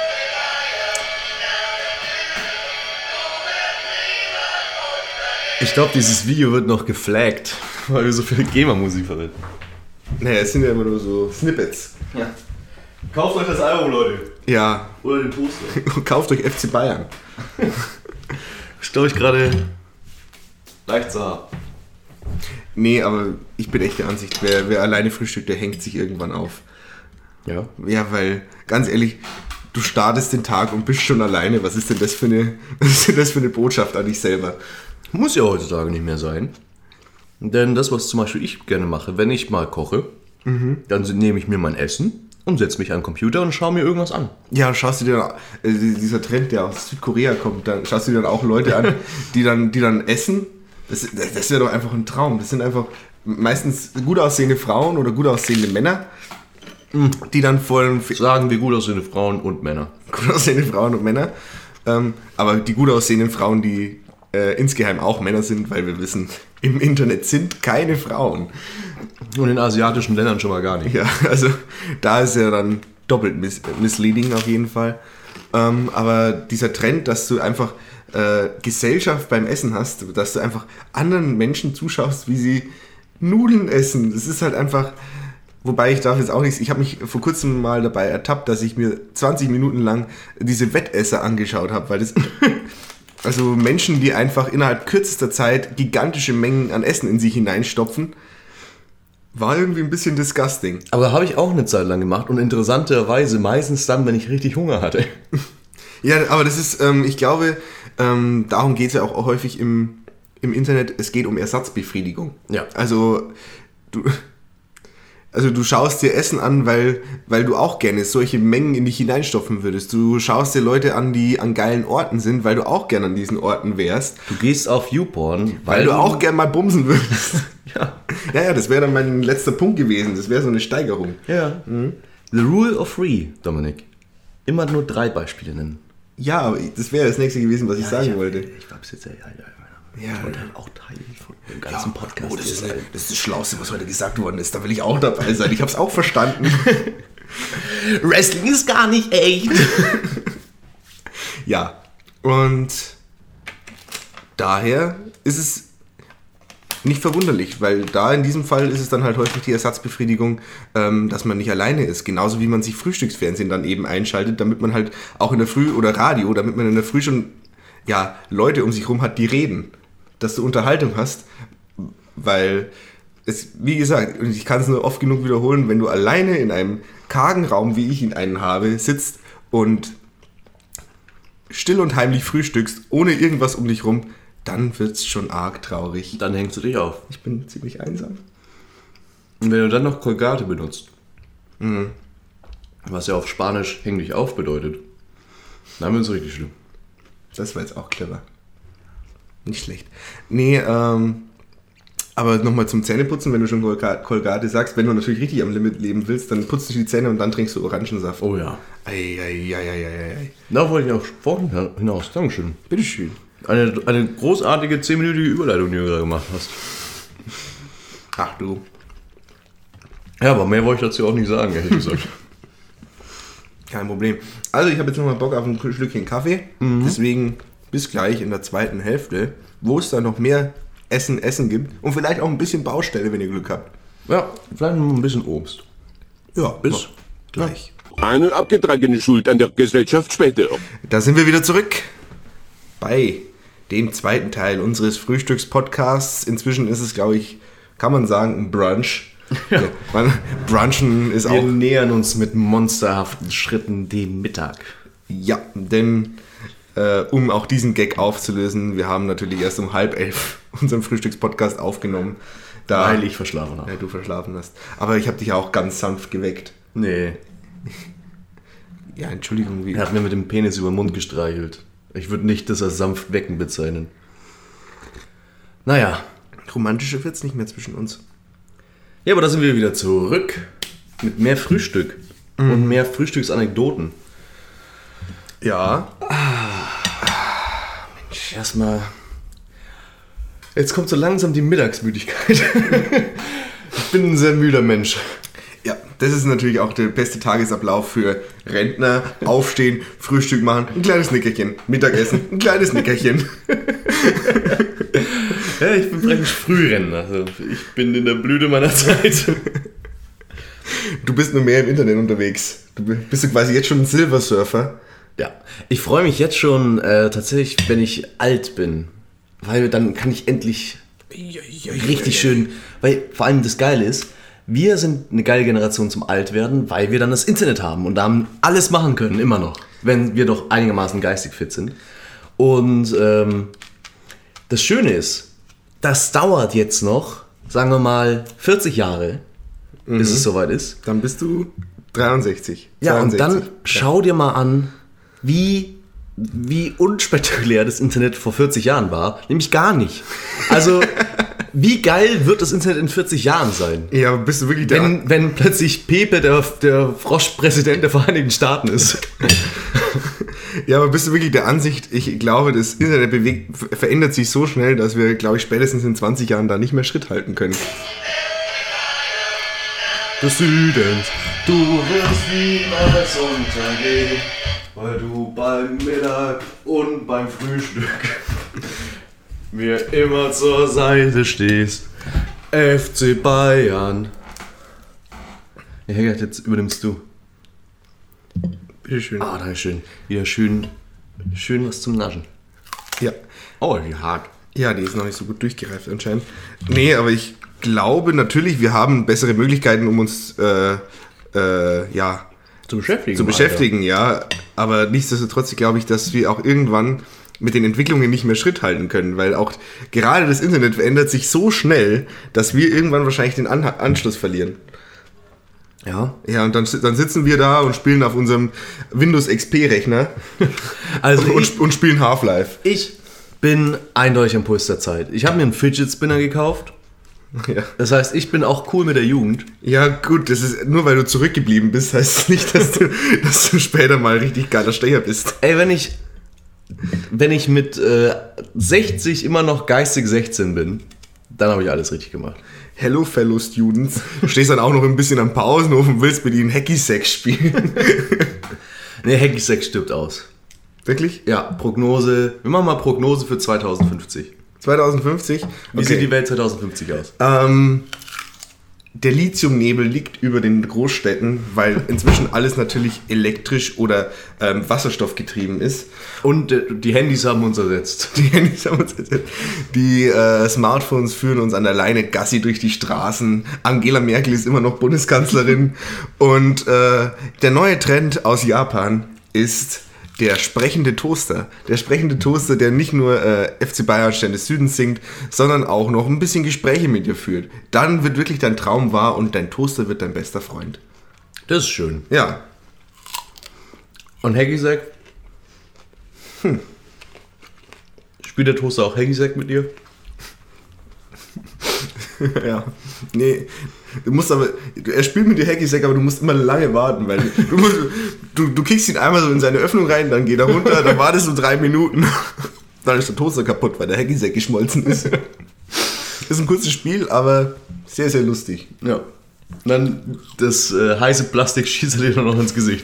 Ich glaube, dieses Video wird noch geflaggt, weil wir so viel GEMA-Musik verwenden. Naja, es sind ja immer nur so Snippets. Ja. Kauft euch das Album, Leute. Ja. Oder den Poster. Kauft euch FC Bayern. Ich glaube, ich gerade leicht sah. Nee, aber ich bin echt der Ansicht, wer alleine frühstückt, der hängt sich irgendwann auf. Ja? Ja, weil, ganz ehrlich, du startest den Tag und bist schon alleine. Was ist denn das für eine Botschaft an dich selber? Muss ja heutzutage nicht mehr sein. Denn das, was zum Beispiel ich gerne mache, wenn ich mal koche, dann nehme ich mir mein Essen und setze mich an den Computer und schaue mir irgendwas an. Ja, schaust du dir dann, dieser Trend, der aus Südkorea kommt, dann schaust du dir dann auch Leute an, die dann essen. Das wäre doch einfach ein Traum. Das sind einfach meistens gut aussehende Frauen oder gut aussehende Männer, die dann vor dem Sagen wir gut aussehende Frauen und Männer. gut aussehende Frauen und Männer, aber die gut aussehenden Frauen, die insgeheim auch Männer sind, weil wir wissen, im Internet sind keine Frauen. Und in asiatischen Ländern schon mal gar nicht. Ja, also da ist ja dann doppelt misleading auf jeden Fall. Aber dieser Trend, dass du einfach Gesellschaft beim Essen hast, dass du einfach anderen Menschen zuschaust, wie sie Nudeln essen, das ist halt einfach... Wobei ich darf jetzt auch nichts, ich habe mich vor kurzem mal dabei ertappt, dass ich mir 20 Minuten lang diese Wettesser angeschaut habe, weil das... Also Menschen, die einfach innerhalb kürzester Zeit gigantische Mengen an Essen in sich hineinstopfen, war irgendwie ein bisschen disgusting. Aber habe ich auch eine Zeit lang gemacht und interessanterweise meistens dann, wenn ich richtig Hunger hatte. Ja, aber das ist, ich glaube, darum geht es ja auch häufig im Internet, es geht um Ersatzbefriedigung. Ja. Also du schaust dir Essen an, weil du auch gerne solche Mengen in dich hineinstopfen würdest. Du schaust dir Leute an, die an geilen Orten sind, weil du auch gerne an diesen Orten wärst. Du gehst auf YouPorn, Weil du auch gerne mal bumsen würdest. Ja. Ja, das wäre dann mein letzter Punkt gewesen. Das wäre so eine Steigerung. Ja. The Rule of Three, Dominik. Immer nur 3 Beispiele nennen. Ja, aber das wäre das nächste gewesen, was ich sagen wollte. Ich hab's jetzt ja. Ja. Ich wollte halt auch Teil von dem ganzen Podcast. Oh, das ist das Schlauste, was heute gesagt worden ist. Da will ich auch dabei sein. Ich hab's auch verstanden. Wrestling ist gar nicht echt. Ja, und daher ist es nicht verwunderlich, weil da in diesem Fall ist es dann halt häufig die Ersatzbefriedigung, dass man nicht alleine ist. Genauso wie man sich Frühstücksfernsehen dann eben einschaltet, damit man halt auch in der Früh oder Radio, damit man in der Früh schon Leute um sich rum hat, die reden. Dass du Unterhaltung hast, weil es, wie gesagt, und ich kann es nur oft genug wiederholen, wenn du alleine in einem kargen Raum, wie ich ihn einen habe, sitzt und still und heimlich frühstückst, ohne irgendwas um dich rum, dann wird es schon arg traurig. Dann hängst du dich auf. Ich bin ziemlich einsam. Und wenn du dann noch Colgate benutzt, was ja auf Spanisch häng dich auf bedeutet, dann wird es richtig schlimm. Das war jetzt auch clever. Nicht schlecht. Nee, aber nochmal zum Zähneputzen, wenn du schon Colgate sagst, wenn du natürlich richtig am Limit leben willst, dann putzt du die Zähne und dann trinkst du Orangensaft. Oh ja. Ei. Da wollte ich auch vorhin hinaus. Dankeschön. Bitteschön. Eine großartige 10-minütige Überleitung, die du gerade gemacht hast. Ach du. Ja, aber mehr wollte ich dazu auch nicht sagen, ehrlich gesagt. Kein Problem. Also ich habe jetzt nochmal Bock auf ein Schlückchen Kaffee. Deswegen bis gleich in der zweiten Hälfte, wo es dann noch mehr Essen gibt und vielleicht auch ein bisschen Baustelle, wenn ihr Glück habt. Ja, vielleicht noch ein bisschen Obst. Ja, Bis gleich. Eine abgetragene Schuld an der Gesellschaft später. Da sind wir wieder zurück bei dem zweiten Teil unseres Frühstückspodcasts. Inzwischen ist es, glaube ich, kann man sagen, ein Brunch. Ja. Brunchen ist Wir auch... nähern uns mit monsterhaften Schritten dem Mittag. Ja, denn um auch diesen Gag aufzulösen, wir haben natürlich erst um 10:30 unseren Frühstückspodcast aufgenommen. Weil ich verschlafen habe. Ja, du verschlafen hast. Aber ich habe dich auch ganz sanft geweckt. Nee. Ja, Entschuldigung. Er hat mir mit dem Penis über den Mund gestreichelt. Ich würde nicht das als sanft wecken bezeichnen. Naja. Romantischer wird's nicht mehr zwischen uns. Ja, aber da sind wir wieder zurück mit mehr Frühstück und mehr Frühstücksanekdoten. Ja. Mensch, erstmal. Jetzt kommt so langsam die Mittagsmüdigkeit. Ich bin ein sehr müder Mensch. Ja, das ist natürlich auch der beste Tagesablauf für Rentner. Aufstehen, Frühstück machen, ein kleines Nickerchen. Mittagessen, ein kleines Nickerchen. Ja, ich bin praktisch Frührentner. Also ich bin in der Blüte meiner Zeit. Du bist nur mehr im Internet unterwegs. Bist du quasi jetzt schon ein Silversurfer? Ja, ich freue mich jetzt schon tatsächlich, wenn ich alt bin. Weil dann kann ich endlich richtig schön... Weil vor allem das Geile ist, wir sind eine geile Generation zum Altwerden, weil wir dann das Internet haben und da alles machen können, immer noch. Wenn wir doch einigermaßen geistig fit sind. Und das Schöne ist, das dauert jetzt noch, sagen wir mal, 40 Jahre, bis es soweit ist. Dann bist du 63. Ja, 62. und dann schau dir mal an, wie unspektakulär das Internet vor 40 Jahren war. Nämlich gar nicht. Also, Wie geil wird das Internet in 40 Jahren sein? Ja, bist du wirklich der... Wenn plötzlich Pepe der Froschpräsident der Vereinigten Staaten ist. Ja, aber bist du wirklich der Ansicht, ich glaube, das Internet verändert sich so schnell, dass wir, glaube ich, spätestens in 20 Jahren da nicht mehr Schritt halten können. Des Südens, du wirst niemals untergehen, weil du beim Mittag und beim Frühstück mir immer zur Seite stehst. FC Bayern. Ja, Hergert, jetzt übernimmst du. Bitteschön. Ah, da ist schön. Wieder schön was zum Naschen. Ja. Oh, wie hart. Ja, die ist noch nicht so gut durchgereift anscheinend. Nee, aber ich glaube natürlich, wir haben bessere Möglichkeiten, um uns zu beschäftigen, ja. Aber nichtsdestotrotz glaube ich, dass wir auch irgendwann mit den Entwicklungen nicht mehr Schritt halten können, weil auch gerade das Internet verändert sich so schnell, dass wir irgendwann wahrscheinlich den Anschluss verlieren. Ja. Ja, und dann sitzen wir da und spielen auf unserem Windows XP-Rechner und spielen Half-Life. Ich bin eindeutig am Puls der Zeit. Ich habe mir einen Fidget Spinner gekauft. Ja. Das heißt, ich bin auch cool mit der Jugend. Ja, gut, das ist nur weil du zurückgeblieben bist, heißt es nicht, dass du später mal richtig geiler Stecher bist. Ey, wenn ich mit 60 immer noch geistig 16 bin, dann habe ich alles richtig gemacht. Hello, fellow Students. Du stehst dann auch noch ein bisschen am Pausenhof und willst mit ihnen Hacky-Sack spielen. Nee, Hacky-Sack stirbt aus. Wirklich? Ja, Prognose. Wir machen mal Prognose für 2050. 2050? Wie sieht die Welt 2050 aus? Der Lithiumnebel liegt über den Großstädten, weil inzwischen alles natürlich elektrisch oder wasserstoffgetrieben ist. Und die Handys haben uns ersetzt. Die Smartphones führen uns an der Leine Gassi durch die Straßen. Angela Merkel ist immer noch Bundeskanzlerin. Und der neue Trend aus Japan ist der sprechende Toaster. Der sprechende Toaster, der nicht nur FC Bayern Stern des Südens singt, sondern auch noch ein bisschen Gespräche mit dir führt. Dann wird wirklich dein Traum wahr und dein Toaster wird dein bester Freund. Das ist schön. Ja. Und Hacky-Sack? Spielt der Toaster auch Hacky-Sack mit dir? Ja. Nee. Er spielt mit dir Hacky-Sack, aber du musst immer lange warten, weil du kickst ihn einmal so in seine Öffnung rein, dann geht er runter, dann wartest du 3 Minuten, dann ist der Toaster kaputt, weil der Hacky-Sack geschmolzen ist. Das ist ein kurzes Spiel, aber sehr, sehr lustig. Ja. Und dann das heiße Plastik schießt er dir noch ins Gesicht.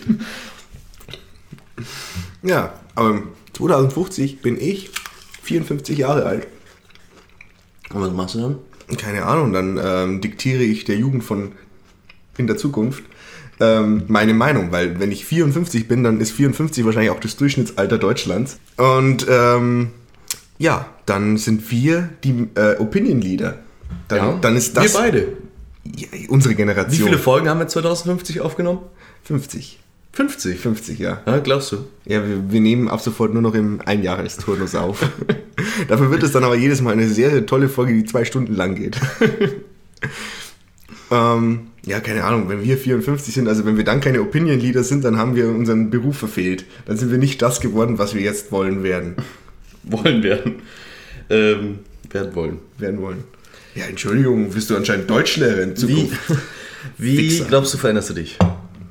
Ja, aber 2050 bin ich 54 Jahre alt. Und was machst du dann? Keine Ahnung, dann diktiere ich der Jugend von in der Zukunft meine Meinung, weil wenn ich 54 bin, dann ist 54 wahrscheinlich auch das Durchschnittsalter Deutschlands. Und ja, dann sind wir die Opinion Leader. Dann ist das... Wir beide. Ja, unsere Generation. Wie viele Folgen haben wir 2050 aufgenommen? 50. 50? 50, ja. Ja, glaubst du? Ja, wir nehmen ab sofort nur noch im Einjahresturnus auf. Dafür wird es dann aber jedes Mal eine sehr, sehr tolle Folge, die 2 Stunden lang geht. Ja, keine Ahnung, wenn wir 54 sind, also wenn wir dann keine Opinion Leader sind, dann haben wir unseren Beruf verfehlt. Dann sind wir nicht das geworden, was wir jetzt wollen werden. Werden wollen. Ja, Entschuldigung, bist du anscheinend Deutschlehrer in Zukunft. Wie glaubst du, veränderst du dich?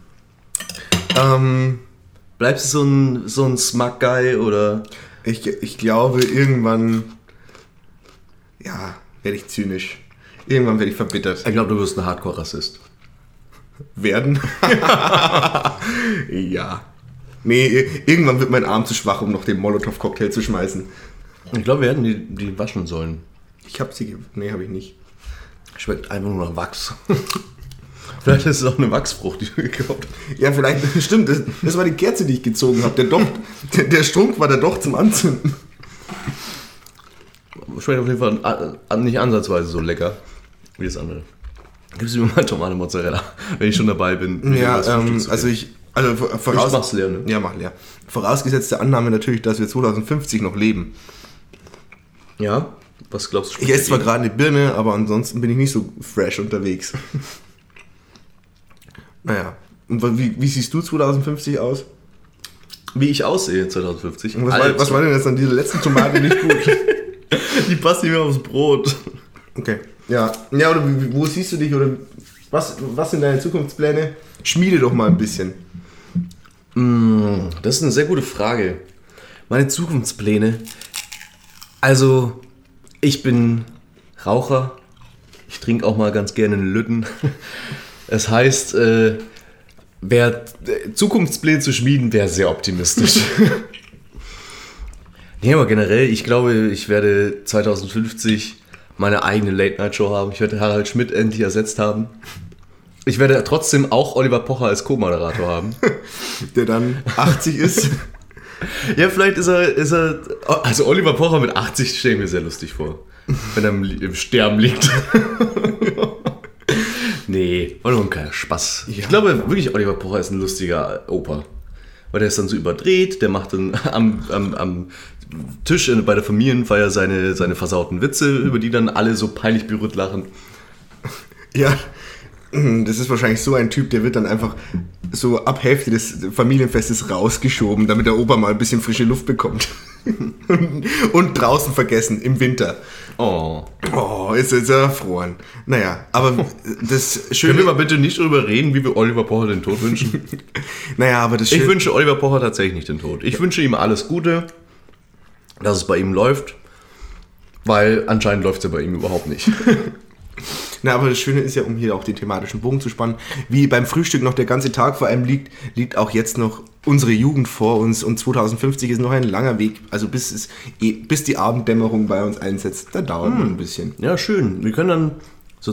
Bleibst du so ein Smug-Guy oder? Ich glaube, irgendwann, ja, werde ich zynisch. Irgendwann werde ich verbittert. Ich glaube, du wirst ein Hardcore-Rassist. Werden? Ja. Nee, irgendwann wird mein Arm zu schwach, um noch den Molotow-Cocktail zu schmeißen. Ich glaube, wir hätten die waschen sollen. Ich habe sie... Nee, habe ich nicht. Schmeckt einfach nur nach Wachs. Vielleicht ist es auch eine Wachsfrucht, die du gekauft hast. Ja, vielleicht, stimmt, das war die Kerze, die ich gezogen habe. Der Strunk war der Docht zum Anzünden. Schmeckt auf jeden Fall nicht ansatzweise so lecker wie das andere. Gibst du mir mal Tomate Mozzarella, wenn ich schon dabei bin. Ja, voraus... Ich mach's leer, ne? Ja, mach leer. Vorausgesetzte Annahme natürlich, dass wir 2050 noch leben. Ja, was glaubst du? Ich esse zwar gerade eine Birne, aber ansonsten bin ich nicht so fresh unterwegs. Naja, und wie siehst du 2050 aus? Wie ich aussehe 2050? Und was war denn jetzt an dieser letzten Tomate nicht gut? Die passt nicht mehr aufs Brot. Okay. Ja, oder wo siehst du dich oder was sind deine Zukunftspläne? Schmiede doch mal ein bisschen. Das ist eine sehr gute Frage. Meine Zukunftspläne. Also, ich bin Raucher. Ich trinke auch mal ganz gerne einen Lütten. Das heißt, Zukunftspläne zu schmieden, wäre sehr optimistisch. Nee, aber generell, ich glaube, ich werde 2050 meine eigene Late-Night-Show haben. Ich werde Harald Schmidt endlich ersetzt haben. Ich werde trotzdem auch Oliver Pocher als Co-Moderator haben. Der dann 80 ist. Ja, vielleicht ist er. Also Oliver Pocher mit 80 stelle ich mir sehr lustig vor. Wenn er im Sterben liegt. Nee, war nur ein kleiner Spaß. Ja. Ich glaube wirklich, Oliver Pocher ist ein lustiger Opa. Weil der ist dann so überdreht, der macht dann am Tisch bei der Familienfeier seine versauten Witze, über die dann alle so peinlich berührt lachen. Ja, das ist wahrscheinlich so ein Typ, der wird dann einfach so ab Hälfte des Familienfestes rausgeschoben, damit der Opa mal ein bisschen frische Luft bekommt. Und draußen vergessen, im Winter. Oh, ist jetzt erfroren. Naja, aber das Schöne... Können wir mal bitte nicht darüber reden, wie wir Oliver Pocher den Tod wünschen? Naja, aber das Schöne... Ich wünsche Oliver Pocher tatsächlich nicht den Tod. Ich wünsche ihm alles Gute, dass es bei ihm läuft, weil anscheinend läuft es ja bei ihm überhaupt nicht. Na, aber das Schöne ist ja, um hier auch den thematischen Bogen zu spannen, wie beim Frühstück noch der ganze Tag vor allem liegt auch jetzt noch unsere Jugend vor uns und 2050 ist noch ein langer Weg, also bis die Abenddämmerung bei uns einsetzt, da dauert noch ein bisschen. Ja, schön. Wir können dann so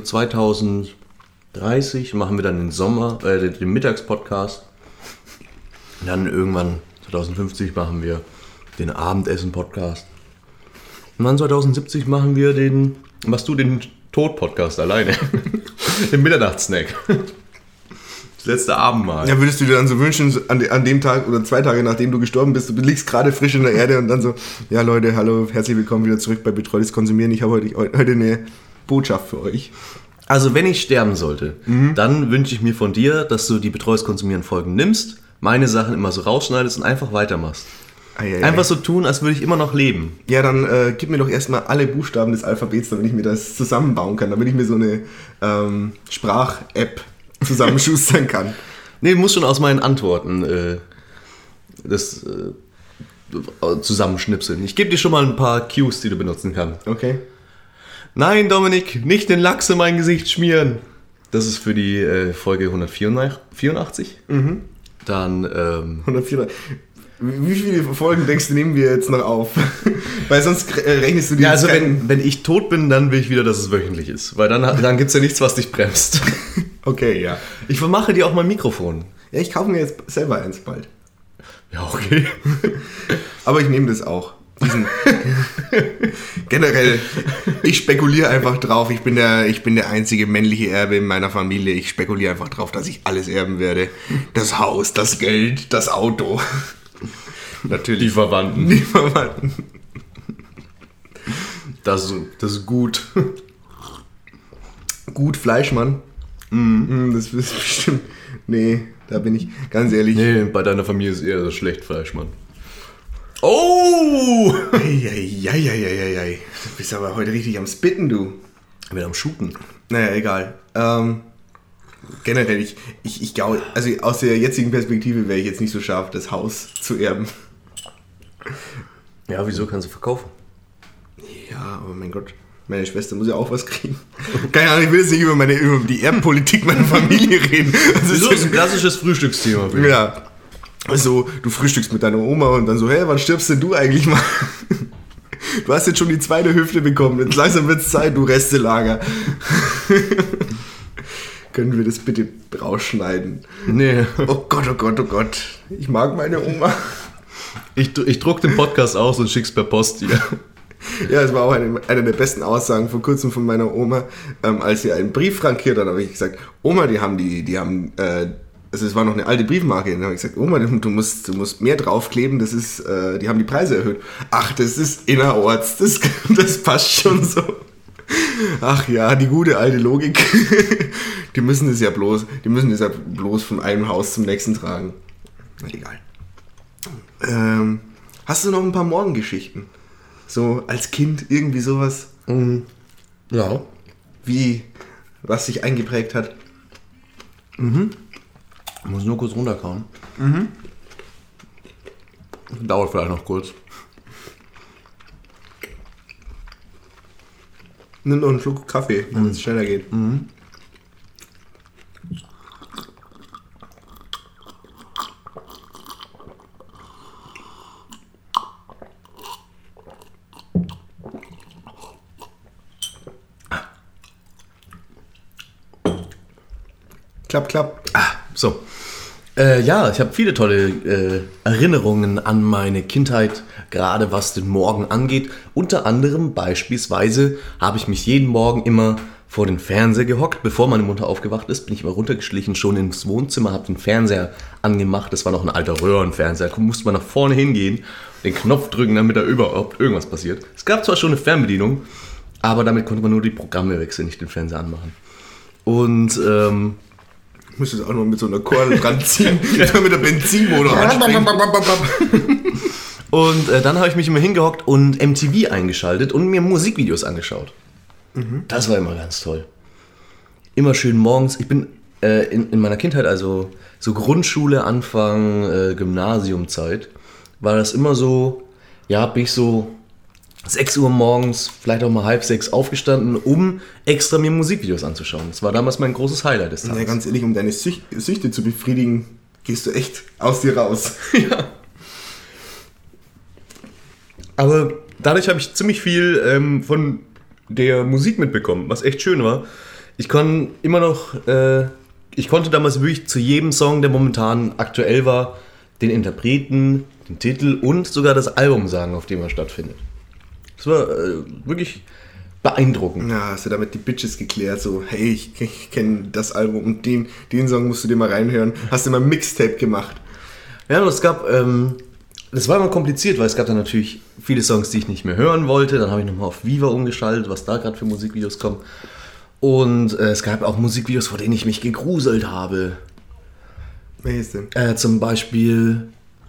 2030 machen wir dann den Mittagspodcast. Und dann irgendwann 2050 machen wir den Abendessen-Podcast. Und dann 2070 machen wir den Tod-Podcast alleine. Den Mitternachtssnack. Das letzte Abendmahl. Ja, würdest du dir dann so wünschen, an dem Tag oder 2 Tage nachdem du gestorben bist, du liegst gerade frisch in der Erde und dann so, ja Leute, hallo, herzlich willkommen wieder zurück bei Betreutes Konsumieren. Ich habe heute eine Botschaft für euch. Also wenn ich sterben sollte, dann wünsche ich mir von dir, dass du die Betreutes Konsumieren Folgen nimmst, meine Sachen immer so rausschneidest und einfach weitermachst. Einfach so tun, als würde ich immer noch leben. Ja, dann gib mir doch erstmal alle Buchstaben des Alphabets, damit ich mir das zusammenbauen kann, damit ich mir so eine Sprach-App zusammenschustern kann. Nee, du musst schon aus meinen Antworten zusammenschnipseln. Ich gebe dir schon mal ein paar Cues, die du benutzen kannst. Okay. Nein, Dominik, nicht den Lachs in mein Gesicht schmieren. Das ist für die Folge 184. Dann 184. Wie viele Folgen denkst du, nehmen wir jetzt noch auf? Weil sonst rechnest du die... Ja, also wenn ich tot bin, dann will ich wieder, dass es wöchentlich ist. Weil dann gibt es ja nichts, was dich bremst. Okay, ja. Ich vermache dir auch mein Mikrofon. Ja, ich kaufe mir jetzt selber eins bald. Ja, okay. Aber ich nehme das auch. Generell, ich spekuliere einfach drauf. Ich bin der einzige männliche Erbe in meiner Familie. Ich spekuliere einfach drauf, dass ich alles erben werde. Das Haus, das Geld, das Auto. Natürlich. Die Verwandten. Das ist gut. Gut, Fleischmann. Das ist bestimmt... Nee, da bin ich ganz ehrlich... Nee, bei deiner Familie ist eher das schlecht Fleischmann. Oh! Eieieiei. Du bist aber heute richtig am Spitten, du. Ich bin am Shooten. Naja, egal. Generell, ich glaube, also aus der jetzigen Perspektive wäre ich jetzt nicht so scharf, das Haus zu erben. Ja, wieso kannst du verkaufen? Ja, aber mein Gott, meine Schwester muss ja auch was kriegen. Keine Ahnung, ich will jetzt nicht über die Erbpolitik meiner Familie reden. Das ist ein klassisches Frühstücksthema. Bitte. Ja. Also, du frühstückst mit deiner Oma und dann so, hey, wann stirbst denn du eigentlich mal? Du hast jetzt schon die 2. Hüfte bekommen, jetzt langsam wird's Zeit, du Restelager. Können wir das bitte rausschneiden? Nee. Oh Gott, oh Gott, oh Gott. Ich mag meine Oma. Ich druck den Podcast aus und schick's per Post dir. Ja, es war auch eine der besten Aussagen vor kurzem von meiner Oma, als sie einen Brief frankiert hat, habe ich gesagt, Oma, die haben also es war noch eine alte Briefmarke, dann habe ich gesagt, Oma, du musst mehr draufkleben, das ist, die haben die Preise erhöht. Ach, das ist innerorts, das passt schon so. Ach ja, die gute alte Logik. Die müssen das ja bloß von einem Haus zum nächsten tragen. Na egal. Hast du noch ein paar Morgengeschichten? So als Kind irgendwie sowas? Ja. Was sich eingeprägt hat. Ich muss nur kurz runterkauen. Dauert vielleicht noch kurz. Nimm noch einen Schluck Kaffee, damit es schneller geht. Klapp. So. Ja, ich habe viele tolle Erinnerungen an meine Kindheit, gerade was den Morgen angeht. Unter anderem beispielsweise habe ich mich jeden Morgen immer vor den Fernseher gehockt. Bevor meine Mutter aufgewacht ist, bin ich immer runtergeschlichen, schon ins Wohnzimmer, habe den Fernseher angemacht. Das war noch ein alter Röhrenfernseher. Da musste man nach vorne hingehen, den Knopf drücken, damit da überhaupt irgendwas passiert. Es gab zwar schon eine Fernbedienung, aber damit konnte man nur die Programme wechseln, nicht den Fernseher anmachen. Und Ich muss das auch noch mit so einer Kordel dran ziehen, damit der Benzinmotor anspringt. Und dann habe ich mich immer hingehockt und MTV eingeschaltet und mir Musikvideos angeschaut. Das war immer ganz toll. Immer schön morgens. Ich bin in meiner Kindheit, also so Grundschule, Anfang Gymnasiumzeit, war das immer so, ja, bin ich so 6 Uhr morgens, vielleicht auch mal 5:30 aufgestanden, um extra mir Musikvideos anzuschauen. Das war damals mein großes Highlight des Tages. Ja, ganz ehrlich, um deine Süchte zu befriedigen, gehst du echt aus dir raus. Ja. Aber dadurch habe ich ziemlich viel von der Musik mitbekommen, was echt schön war. Ich konnte damals wirklich zu jedem Song, der momentan aktuell war, den Interpreten, den Titel und sogar das Album sagen, auf dem er stattfindet. Das war wirklich beeindruckend. Ja, hast du damit die Bitches geklärt, so, hey, ich kenne das Album und den Song musst du dir mal reinhören. Hast du mal ein Mixtape gemacht? Ja, und es gab, das war immer kompliziert, weil es gab dann natürlich viele Songs, die ich nicht mehr hören wollte. Dann habe ich nochmal auf Viva umgeschaltet, was da gerade für Musikvideos kommen. Und es gab auch Musikvideos, vor denen ich mich gegruselt habe. Welches denn? Zum Beispiel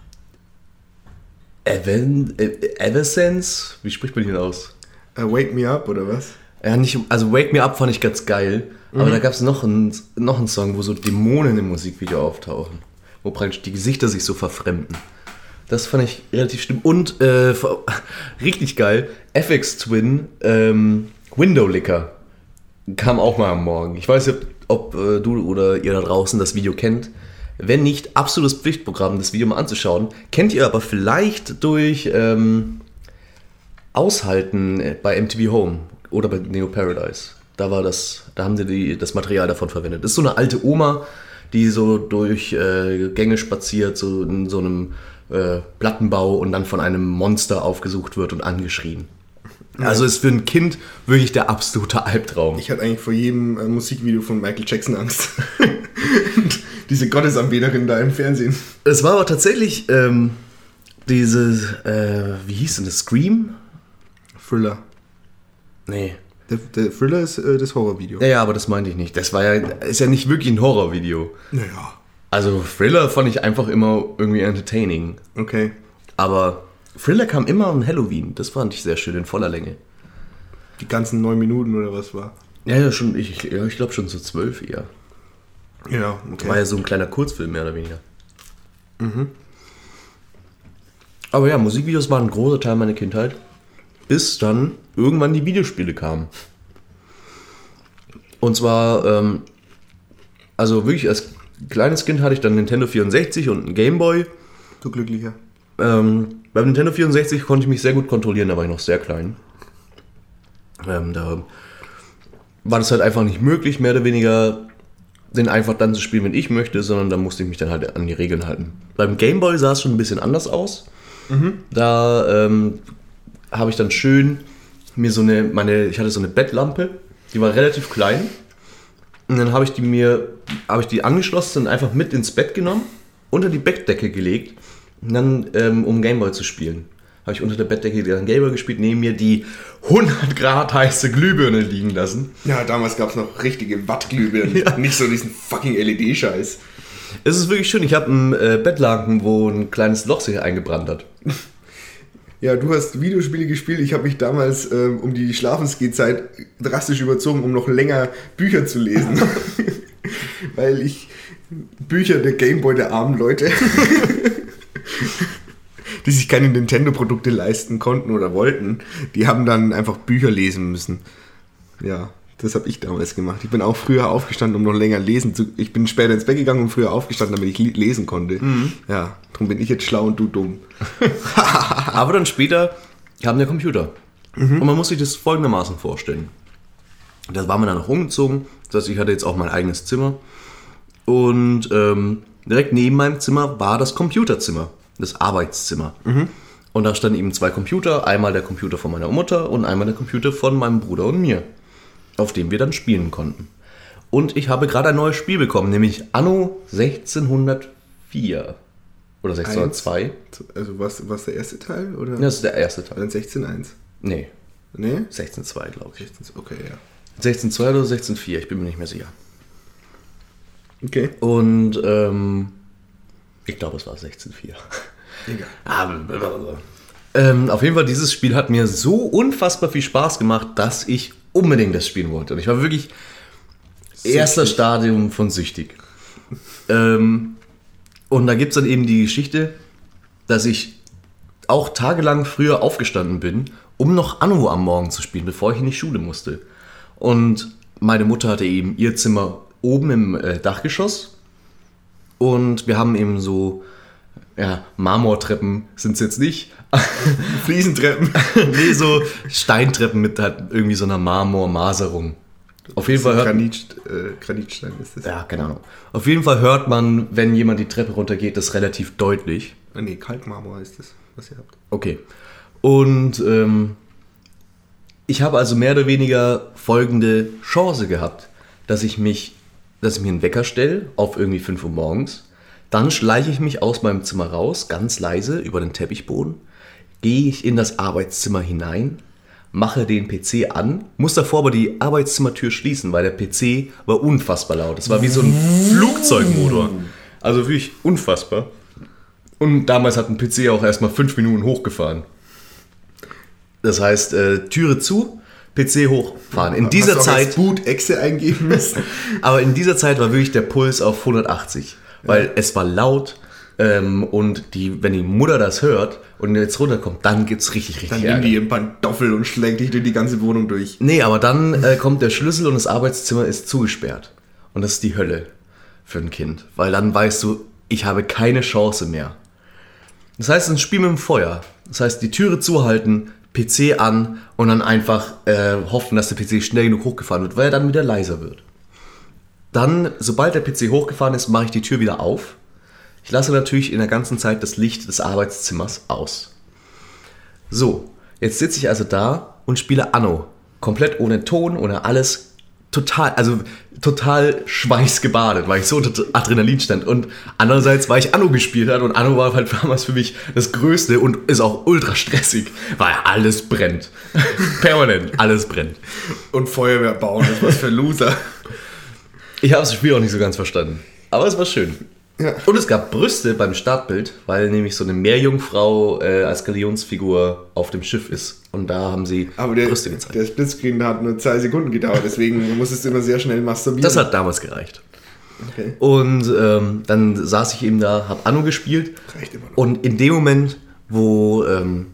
Eversense, wie spricht man den aus? Wake Me Up oder was? Ja, also Wake Me Up fand ich ganz geil, aber da gab es noch einen Song, wo so Dämonen im Musikvideo auftauchen, wo praktisch die Gesichter sich so verfremden. Das fand ich relativ schlimm und richtig geil, FX Twin, Window Licker kam auch mal am Morgen. Ich weiß nicht, ob du oder ihr da draußen das Video kennt. Wenn nicht, absolutes Pflichtprogramm, das Video mal anzuschauen. Kennt ihr aber vielleicht durch Aushalten bei MTV Home oder bei Neo Paradise. Da haben sie das Material davon verwendet. Das ist so eine alte Oma, die so durch Gänge spaziert, so in so einem Plattenbau und dann von einem Monster aufgesucht wird und angeschrien. Also ist für ein Kind wirklich der absolute Albtraum. Ich hatte eigentlich vor jedem Musikvideo von Michael Jackson Angst. Diese Gottesanbeterin da im Fernsehen. Es war aber tatsächlich wie hieß denn das? Scream? Thriller. Nee. Der Thriller ist das Horrorvideo. Ja, aber das meinte ich nicht. Ist ja nicht wirklich ein Horrorvideo. Naja. Also Thriller fand ich einfach immer irgendwie entertaining. Okay. Aber Thriller kam immer an Halloween. Das fand ich sehr schön in voller Länge. Die ganzen 9 Minuten oder was war? Ja, schon. Ich glaube schon so 12 eher. Ja, okay. War ja so ein kleiner Kurzfilm, mehr oder weniger. Aber ja, Musikvideos waren ein großer Teil meiner Kindheit. Bis dann irgendwann die Videospiele kamen. Und zwar, also wirklich als kleines Kind hatte ich dann Nintendo 64 und einen Gameboy. Du Glücklicher. Beim Nintendo 64 konnte ich mich sehr gut kontrollieren, da war ich noch sehr klein. Da war das halt einfach nicht möglich, mehr oder weniger den einfach dann zu spielen, wenn ich möchte, sondern da musste ich mich dann halt an die Regeln halten. Beim Gameboy sah es schon ein bisschen anders aus. Da habe ich dann schön mir ich hatte so eine Bettlampe, die war relativ klein. Und dann habe ich die angeschlossen und einfach mit ins Bett genommen, unter die Bettdecke gelegt und dann, um Gameboy zu spielen. Habe ich unter der Bettdecke dann Gameboy gespielt, neben mir die 100 Grad heiße Glühbirne liegen lassen. Ja, damals gab es noch richtige Wattglühbirnen, Ja. nicht so diesen fucking LED-Scheiß. Es ist wirklich schön, ich habe einen Bettlaken, wo ein kleines Loch sich eingebrannt hat. Ja, du hast Videospiele gespielt. Ich habe mich damals um die Schlafensgehzeit drastisch überzogen, um noch länger Bücher zu lesen. Weil ich Bücher der Gameboy der armen Leute, die sich keine Nintendo-Produkte leisten konnten oder wollten, die haben dann einfach Bücher lesen müssen. Ja, das habe ich damals gemacht. Ich bin auch früher aufgestanden, um noch länger lesen zu... Ich bin später ins Bett gegangen und früher aufgestanden, damit ich lesen konnte. Ja, darum bin ich jetzt schlau und du dumm. Aber dann später kam der Computer. Und man muss sich das folgendermaßen vorstellen. Da war man dann noch umgezogen. Das heißt, ich hatte jetzt auch mein eigenes Zimmer. Und direkt neben meinem Zimmer war das Computerzimmer, das Arbeitszimmer. Und da standen eben 2 Computer. Einmal der Computer von meiner Mutter und einmal der Computer von meinem Bruder und mir, auf dem wir dann spielen konnten. Und ich habe gerade ein neues Spiel bekommen, nämlich Anno 1604 oder 1602. Also was der erste Teil? Oder? Das ist der erste Teil. Dann 16.1. Nee, Nee? 1602 glaube ich. Okay, ja. 1602 oder 1604, ich bin mir nicht mehr sicher. Okay. Und ich glaube, es war 1604. Egal. Auf jeden Fall, dieses Spiel hat mir so unfassbar viel Spaß gemacht, dass ich unbedingt das spielen wollte. Und ich war wirklich erster Stadium von süchtig. Und da gibt es dann eben die Geschichte, dass ich auch tagelang früher aufgestanden bin, um noch Anno am Morgen zu spielen, bevor ich in die Schule musste. Und meine Mutter hatte eben ihr Zimmer oben im Dachgeschoss. Und wir haben eben so, ja, Marmortreppen sind es jetzt nicht. Fliesentreppen. Nee, so Steintreppen mit halt irgendwie so einer Marmormaserung. Auf jeden Fall Granitstein ist das. Ja, genau. Auf jeden Fall hört man, wenn jemand die Treppe runtergeht, das relativ deutlich. Nee, Kalkmarmor ist das, was ihr habt. Okay. Und ich habe also mehr oder weniger folgende Chance gehabt, dass ich mir einen Wecker stelle auf irgendwie 5 Uhr morgens. Dann schleiche ich mich aus meinem Zimmer raus, ganz leise, über den Teppichboden. Gehe ich in das Arbeitszimmer hinein, mache den PC an, muss davor aber die Arbeitszimmertür schließen, weil der PC war unfassbar laut. Es war wie so ein Flugzeugmotor. Also wirklich unfassbar. Und damals hat ein PC auch erstmal 5 Minuten hochgefahren. Das heißt, Türe zu, PC hochfahren. In dieser Zeit Boot-Exe eingeben müssen. Aber in dieser Zeit war wirklich der Puls auf 180, weil es war laut und wenn die Mutter das hört und jetzt runterkommt, dann gibt's richtig Dann Ärger. nimmt die im Pantoffel und schlägt dich durch die ganze Wohnung durch. Nee, aber dann kommt der Schlüssel und das Arbeitszimmer ist zugesperrt. Und das ist die Hölle für ein Kind, weil dann weißt du, ich habe keine Chance mehr. Das heißt, ein Spiel mit dem Feuer. Das heißt, die Türe zuhalten, PC an und dann einfach hoffen, dass der PC schnell genug hochgefahren wird, weil er dann wieder leiser wird. Dann, sobald der PC hochgefahren ist, mache ich die Tür wieder auf. Ich lasse natürlich in der ganzen Zeit das Licht des Arbeitszimmers aus. So, jetzt sitze ich also da und spiele Anno. Komplett ohne Ton, ohne alles. Total schweißgebadet, weil ich so unter Adrenalin stand. Und andererseits, weil ich Anno gespielt habe und Anno war halt damals für mich das Größte und ist auch ultra stressig, weil alles brennt. Permanent, alles brennt. Und Feuerwehr bauen, das ist was für Loser. Ich habe das Spiel auch nicht so ganz verstanden, aber es war schön. Ja. Und es gab Brüste beim Startbild, weil nämlich so eine Meerjungfrau als Galionsfigur auf dem Schiff ist. Und da haben sie Brüste gezeigt. Der Splitscreen hat nur 2 Sekunden gedauert, deswegen musstest du immer sehr schnell masturbieren. Das hat damals gereicht. Okay. Und dann saß ich eben da, habe Anno gespielt. Reicht immer noch. Und in dem Moment, wo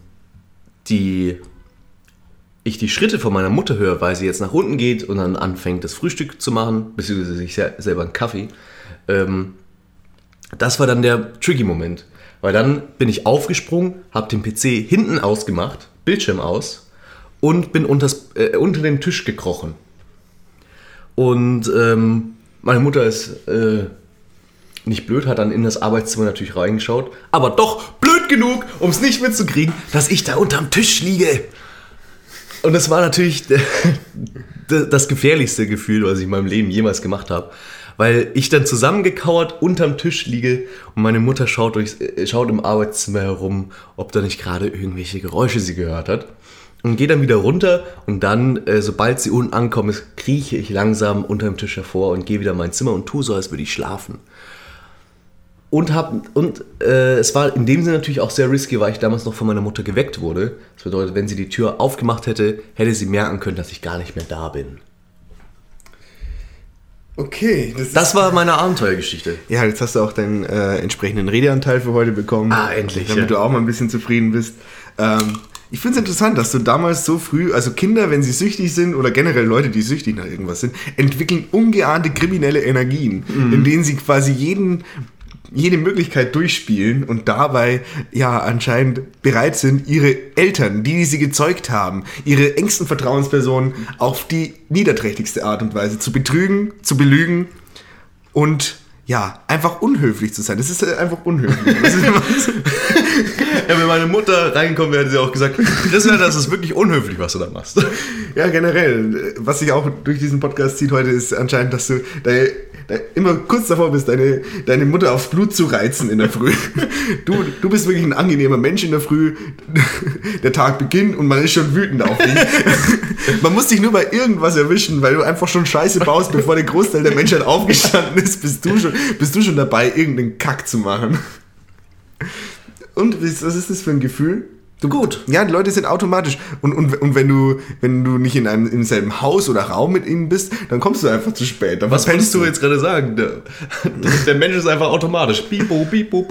ich die Schritte von meiner Mutter höre, weil sie jetzt nach unten geht und dann anfängt, das Frühstück zu machen, beziehungsweise sich selber einen Kaffee, das war dann der tricky Moment. Weil dann bin ich aufgesprungen, habe den PC hinten ausgemacht, Bildschirm aus und bin unter den Tisch gekrochen. Und meine Mutter ist nicht blöd, hat dann in das Arbeitszimmer natürlich reingeschaut, aber doch blöd genug, um es nicht mitzukriegen, dass ich da unterm Tisch liege. Und das war natürlich das gefährlichste Gefühl, was ich in meinem Leben jemals gemacht habe. Weil ich dann zusammengekauert unterm Tisch liege und meine Mutter schaut im Arbeitszimmer herum, ob da nicht gerade irgendwelche Geräusche sie gehört hat. Und gehe dann wieder runter und dann, sobald sie unten ankommt, krieche ich langsam unterm Tisch hervor und gehe wieder in mein Zimmer und tue so, als würde ich schlafen. Und es war in dem Sinne natürlich auch sehr risky, weil ich damals noch von meiner Mutter geweckt wurde. Das bedeutet, wenn sie die Tür aufgemacht hätte, hätte sie merken können, dass ich gar nicht mehr da bin. Okay. Das war meine Abenteuergeschichte. Ja, jetzt hast du auch deinen entsprechenden Redeanteil für heute bekommen. Endlich. Damit du auch mal ein bisschen zufrieden bist. Ich finde es interessant, dass du damals so früh, also Kinder, wenn sie süchtig sind oder generell Leute, die süchtig nach irgendwas sind, entwickeln ungeahnte kriminelle Energien, in denen sie quasi jede Möglichkeit durchspielen und dabei ja anscheinend bereit sind, ihre Eltern, die sie gezeugt haben, ihre engsten Vertrauenspersonen auf die niederträchtigste Art und Weise zu betrügen, zu belügen und ja, einfach unhöflich zu sein. Das ist einfach unhöflich. Ja, wenn meine Mutter reinkommen wäre, hätte sie auch gesagt, Christian, das ist wirklich unhöflich, was du da machst. Ja, generell. Was sich auch durch diesen Podcast zieht heute, ist anscheinend, dass du immer kurz davor bist, deine Mutter aufs Blut zu reizen in der Früh. Du bist wirklich ein angenehmer Mensch in der Früh. Der Tag beginnt und man ist schon wütend auf dich. Man muss dich nur bei irgendwas erwischen, weil du einfach schon Scheiße baust, bevor der Großteil der Menschheit aufgestanden ist, bist du schon dabei, irgendeinen Kack zu machen. Und was ist das für ein Gefühl? Gut. Ja, die Leute sind automatisch. Und wenn du nicht im selben Haus oder Raum mit ihnen bist, dann kommst du einfach zu spät. Was willst du jetzt gerade sagen? Der Mensch ist einfach automatisch. Piep, boop, piep, boop.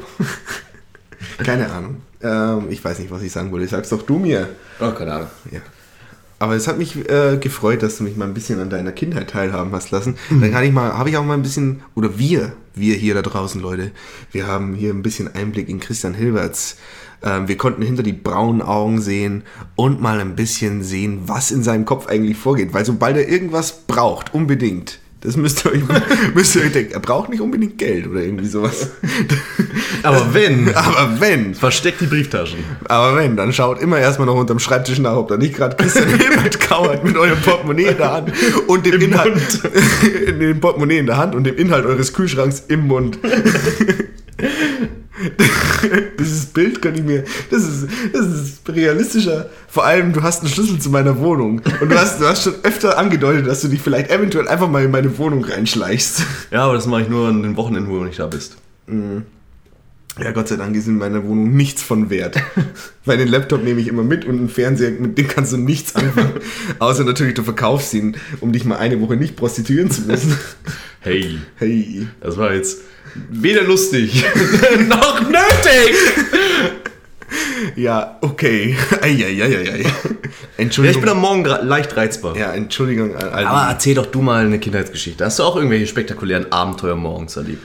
Keine Ahnung. Ich weiß nicht, was ich sagen wollte. Sag's doch du mir. Oh, keine Ahnung. Ja. Aber es hat mich gefreut, dass du mich mal ein bisschen an deiner Kindheit teilhaben hast lassen. Dann habe ich auch mal ein bisschen, oder wir hier da draußen, Leute, wir haben hier ein bisschen Einblick in Christian Hilberts. Wir konnten hinter die braunen Augen sehen und mal ein bisschen sehen, was in seinem Kopf eigentlich vorgeht. Weil sobald er irgendwas braucht, unbedingt, das müsst ihr euch denken, er braucht nicht unbedingt Geld oder irgendwie sowas. Aber wenn. Versteckt die Brieftaschen. Aber wenn, dann schaut immer erstmal noch unterm Schreibtisch nach, ob da nicht gerade Christian Hilbert kauert mit eurem Portemonnaie in der Hand und dem Inhalt in dem Portemonnaie in der Hand und dem Inhalt eures Kühlschranks im Mund. Dieses Bild das ist realistischer. Vor allem, du hast einen Schlüssel zu meiner Wohnung und du hast schon öfter angedeutet, dass du dich vielleicht eventuell einfach mal in meine Wohnung reinschleichst. Ja, aber das mache ich nur an den Wochenenden, wo du nicht da bist. Ja, Gott sei Dank ist in meiner Wohnung nichts von Wert. Weil den Laptop nehme ich immer mit und einen Fernseher, mit dem kannst du nichts anfangen. Außer natürlich, du verkaufst ihn, um dich mal eine Woche nicht prostituieren zu müssen. Hey. Das war jetzt weder lustig noch nötig. Ja, okay. Eieieiei. Entschuldigung. Ja, ich bin am Morgen leicht reizbar. Ja, Entschuldigung. Aber erzähl doch du mal eine Kindheitsgeschichte. Hast du auch irgendwelche spektakulären Abenteuer morgens erlebt?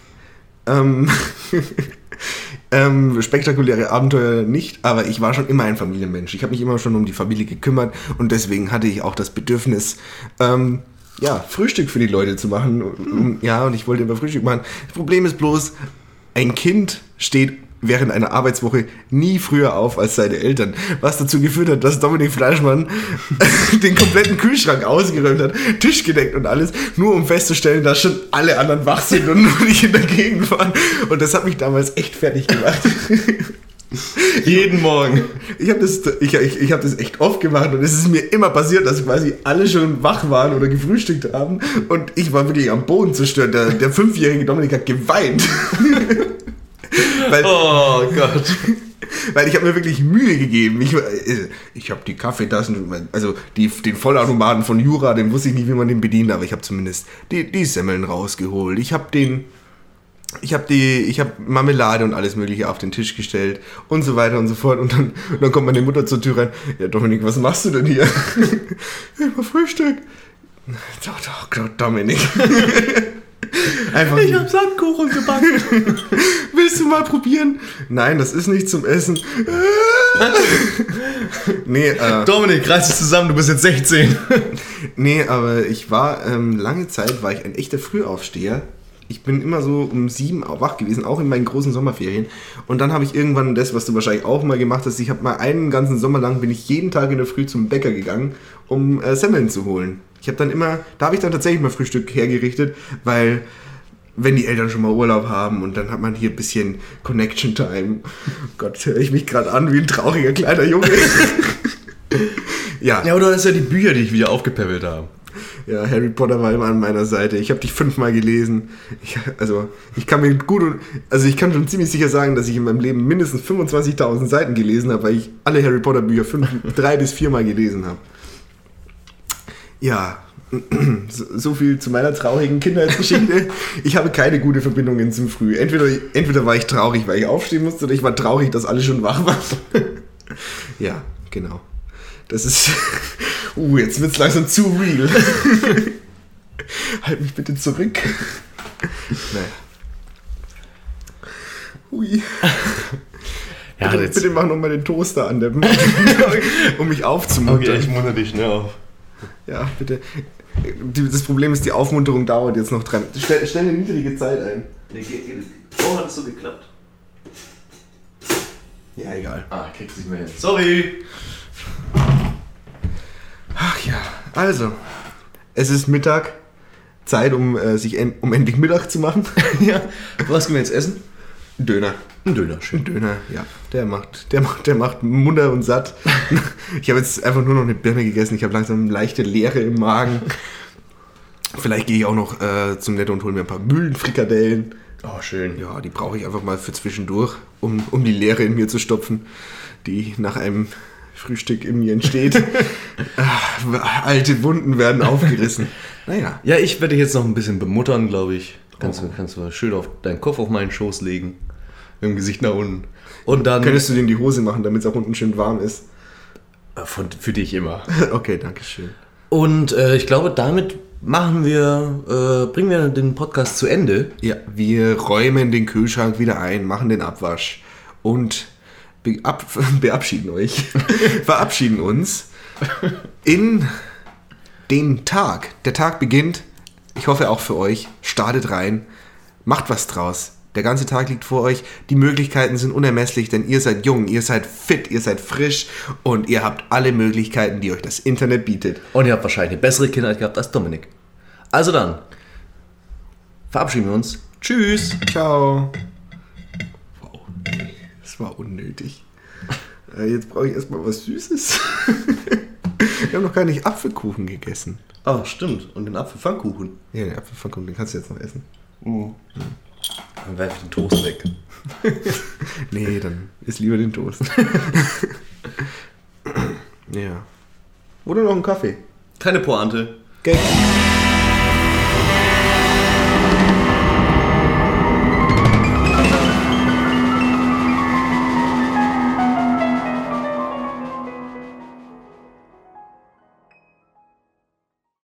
Spektakuläre Abenteuer nicht, aber ich war schon immer ein Familienmensch. Ich habe mich immer schon um die Familie gekümmert und deswegen hatte ich auch das Bedürfnis, Frühstück für die Leute zu machen. Und ich wollte immer Frühstück machen. Das Problem ist bloß, ein Kind steht während einer Arbeitswoche nie früher auf als seine Eltern. Was dazu geführt hat, dass Dominik Fleischmann den kompletten Kühlschrank ausgeräumt hat, Tisch gedeckt und alles, nur um festzustellen, dass schon alle anderen wach sind und nur nicht in der Gegend waren. Und das hat mich damals echt fertig gemacht. Jeden Morgen. Ich habe das echt oft gemacht und es ist mir immer passiert, dass quasi alle schon wach waren oder gefrühstückt haben und ich war wirklich am Boden zerstört. Der 5-jährige Dominik hat geweint. Oh Gott. Weil ich habe mir wirklich Mühe gegeben. Ich habe die Kaffeetassen, also den Vollautomaten von Jura, den wusste ich nicht, wie man den bedient, aber ich habe zumindest die Semmeln rausgeholt. Ich habe Marmelade und alles Mögliche auf den Tisch gestellt und so weiter und so fort. Und dann kommt meine Mutter zur Tür rein. Ja, Dominik, was machst du denn hier? Ich mach Frühstück. Doch, Dominik. Ich hab Sandkuchen gebacken. Willst du mal probieren? Nein, das ist nicht zum Essen. Nee, Dominik, reiß dich zusammen, du bist jetzt 16. Nee, aber ich war, lange Zeit war ich ein echter Frühaufsteher. Ich bin immer so um 7 wach gewesen, auch in meinen großen Sommerferien. Und dann habe ich irgendwann das, was du wahrscheinlich auch mal gemacht hast, ich habe mal einen ganzen Sommer lang, bin ich jeden Tag in der Früh zum Bäcker gegangen, um Semmeln zu holen. Da habe ich dann tatsächlich mal Frühstück hergerichtet, weil wenn die Eltern schon mal Urlaub haben und dann hat man hier ein bisschen Connection Time. Gott, höre ich mich gerade an wie ein trauriger kleiner Junge. Ja, aber das ist ja die Bücher, die ich wieder aufgepäppelt habe. Ja, Harry Potter war immer an meiner Seite. Ich habe dich 5-mal gelesen. Ich kann schon ziemlich sicher sagen, dass ich in meinem Leben mindestens 25.000 Seiten gelesen habe, weil ich alle Harry Potter Bücher 3 bis 4-mal gelesen habe. Ja, so viel zu meiner traurigen Kindheitsgeschichte. Ich habe keine gute Verbindungen zum Früh. Entweder war ich traurig, weil ich aufstehen musste, oder ich war traurig, dass alle schon wach waren. Ja, genau. Das ist... jetzt wird's langsam zu real. Halt mich bitte zurück. Naja. Hui. Ja, bitte mach nochmal den Toaster an, um mich aufzumuntern. Okay, ich munter dich schnell auf. Ja, bitte. Das Problem ist, die Aufmunterung dauert jetzt noch 3 Minuten. Stell eine niedrige Zeit ein. Oh, hat es so geklappt? Ja, egal. Kriegst du nicht mehr hin. Sorry. Ach ja, also. Es ist Mittag. Zeit, um endlich Mittag zu machen. Ja. Was können wir jetzt essen? Ein Döner. Ein Döner, schön. Ein Döner, ja. Der macht munter und satt. Ich habe jetzt einfach nur noch eine Birne gegessen. Ich habe langsam eine leichte Leere im Magen. Vielleicht gehe ich auch noch zum Netto und hole mir ein paar Mühlenfrikadellen. Oh, schön. Ja, die brauche ich einfach mal für zwischendurch, um die Leere in mir zu stopfen, die nach einem Frühstück in mir entsteht. Alte Wunden werden aufgerissen. Naja. Ja, ich werde dich jetzt noch ein bisschen bemuttern, glaube ich. Kannst du schön deinen Kopf auf meinen Schoß legen. Mit dem Gesicht nach unten. Und dann... Könntest du dir in die Hose machen, damit es auch unten schön warm ist? Für dich immer. Okay, danke schön. Und ich glaube, damit bringen wir den Podcast zu Ende. Ja, wir räumen den Kühlschrank wieder ein, machen den Abwasch und verabschieden uns in den Tag. Der Tag beginnt, ich hoffe auch für euch, startet rein, macht was draus. Der ganze Tag liegt vor euch, die Möglichkeiten sind unermesslich, denn ihr seid jung, ihr seid fit, ihr seid frisch und ihr habt alle Möglichkeiten, die euch das Internet bietet. Und ihr habt wahrscheinlich eine bessere Kindheit gehabt als Dominik. Also dann, verabschieden wir uns. Tschüss. Ciao. Wow, das war unnötig. Jetzt brauche ich erstmal was Süßes. Wir haben noch gar nicht Apfelkuchen gegessen. Ah, stimmt. Und den Apfelpfannkuchen. Ja, den Apfelpfannkuchen, den kannst du jetzt noch essen. Dann werfe ich den Toast weg. Nee, dann isst lieber den Toast. Ja. Oder noch einen Kaffee. Keine Pointe. Gag.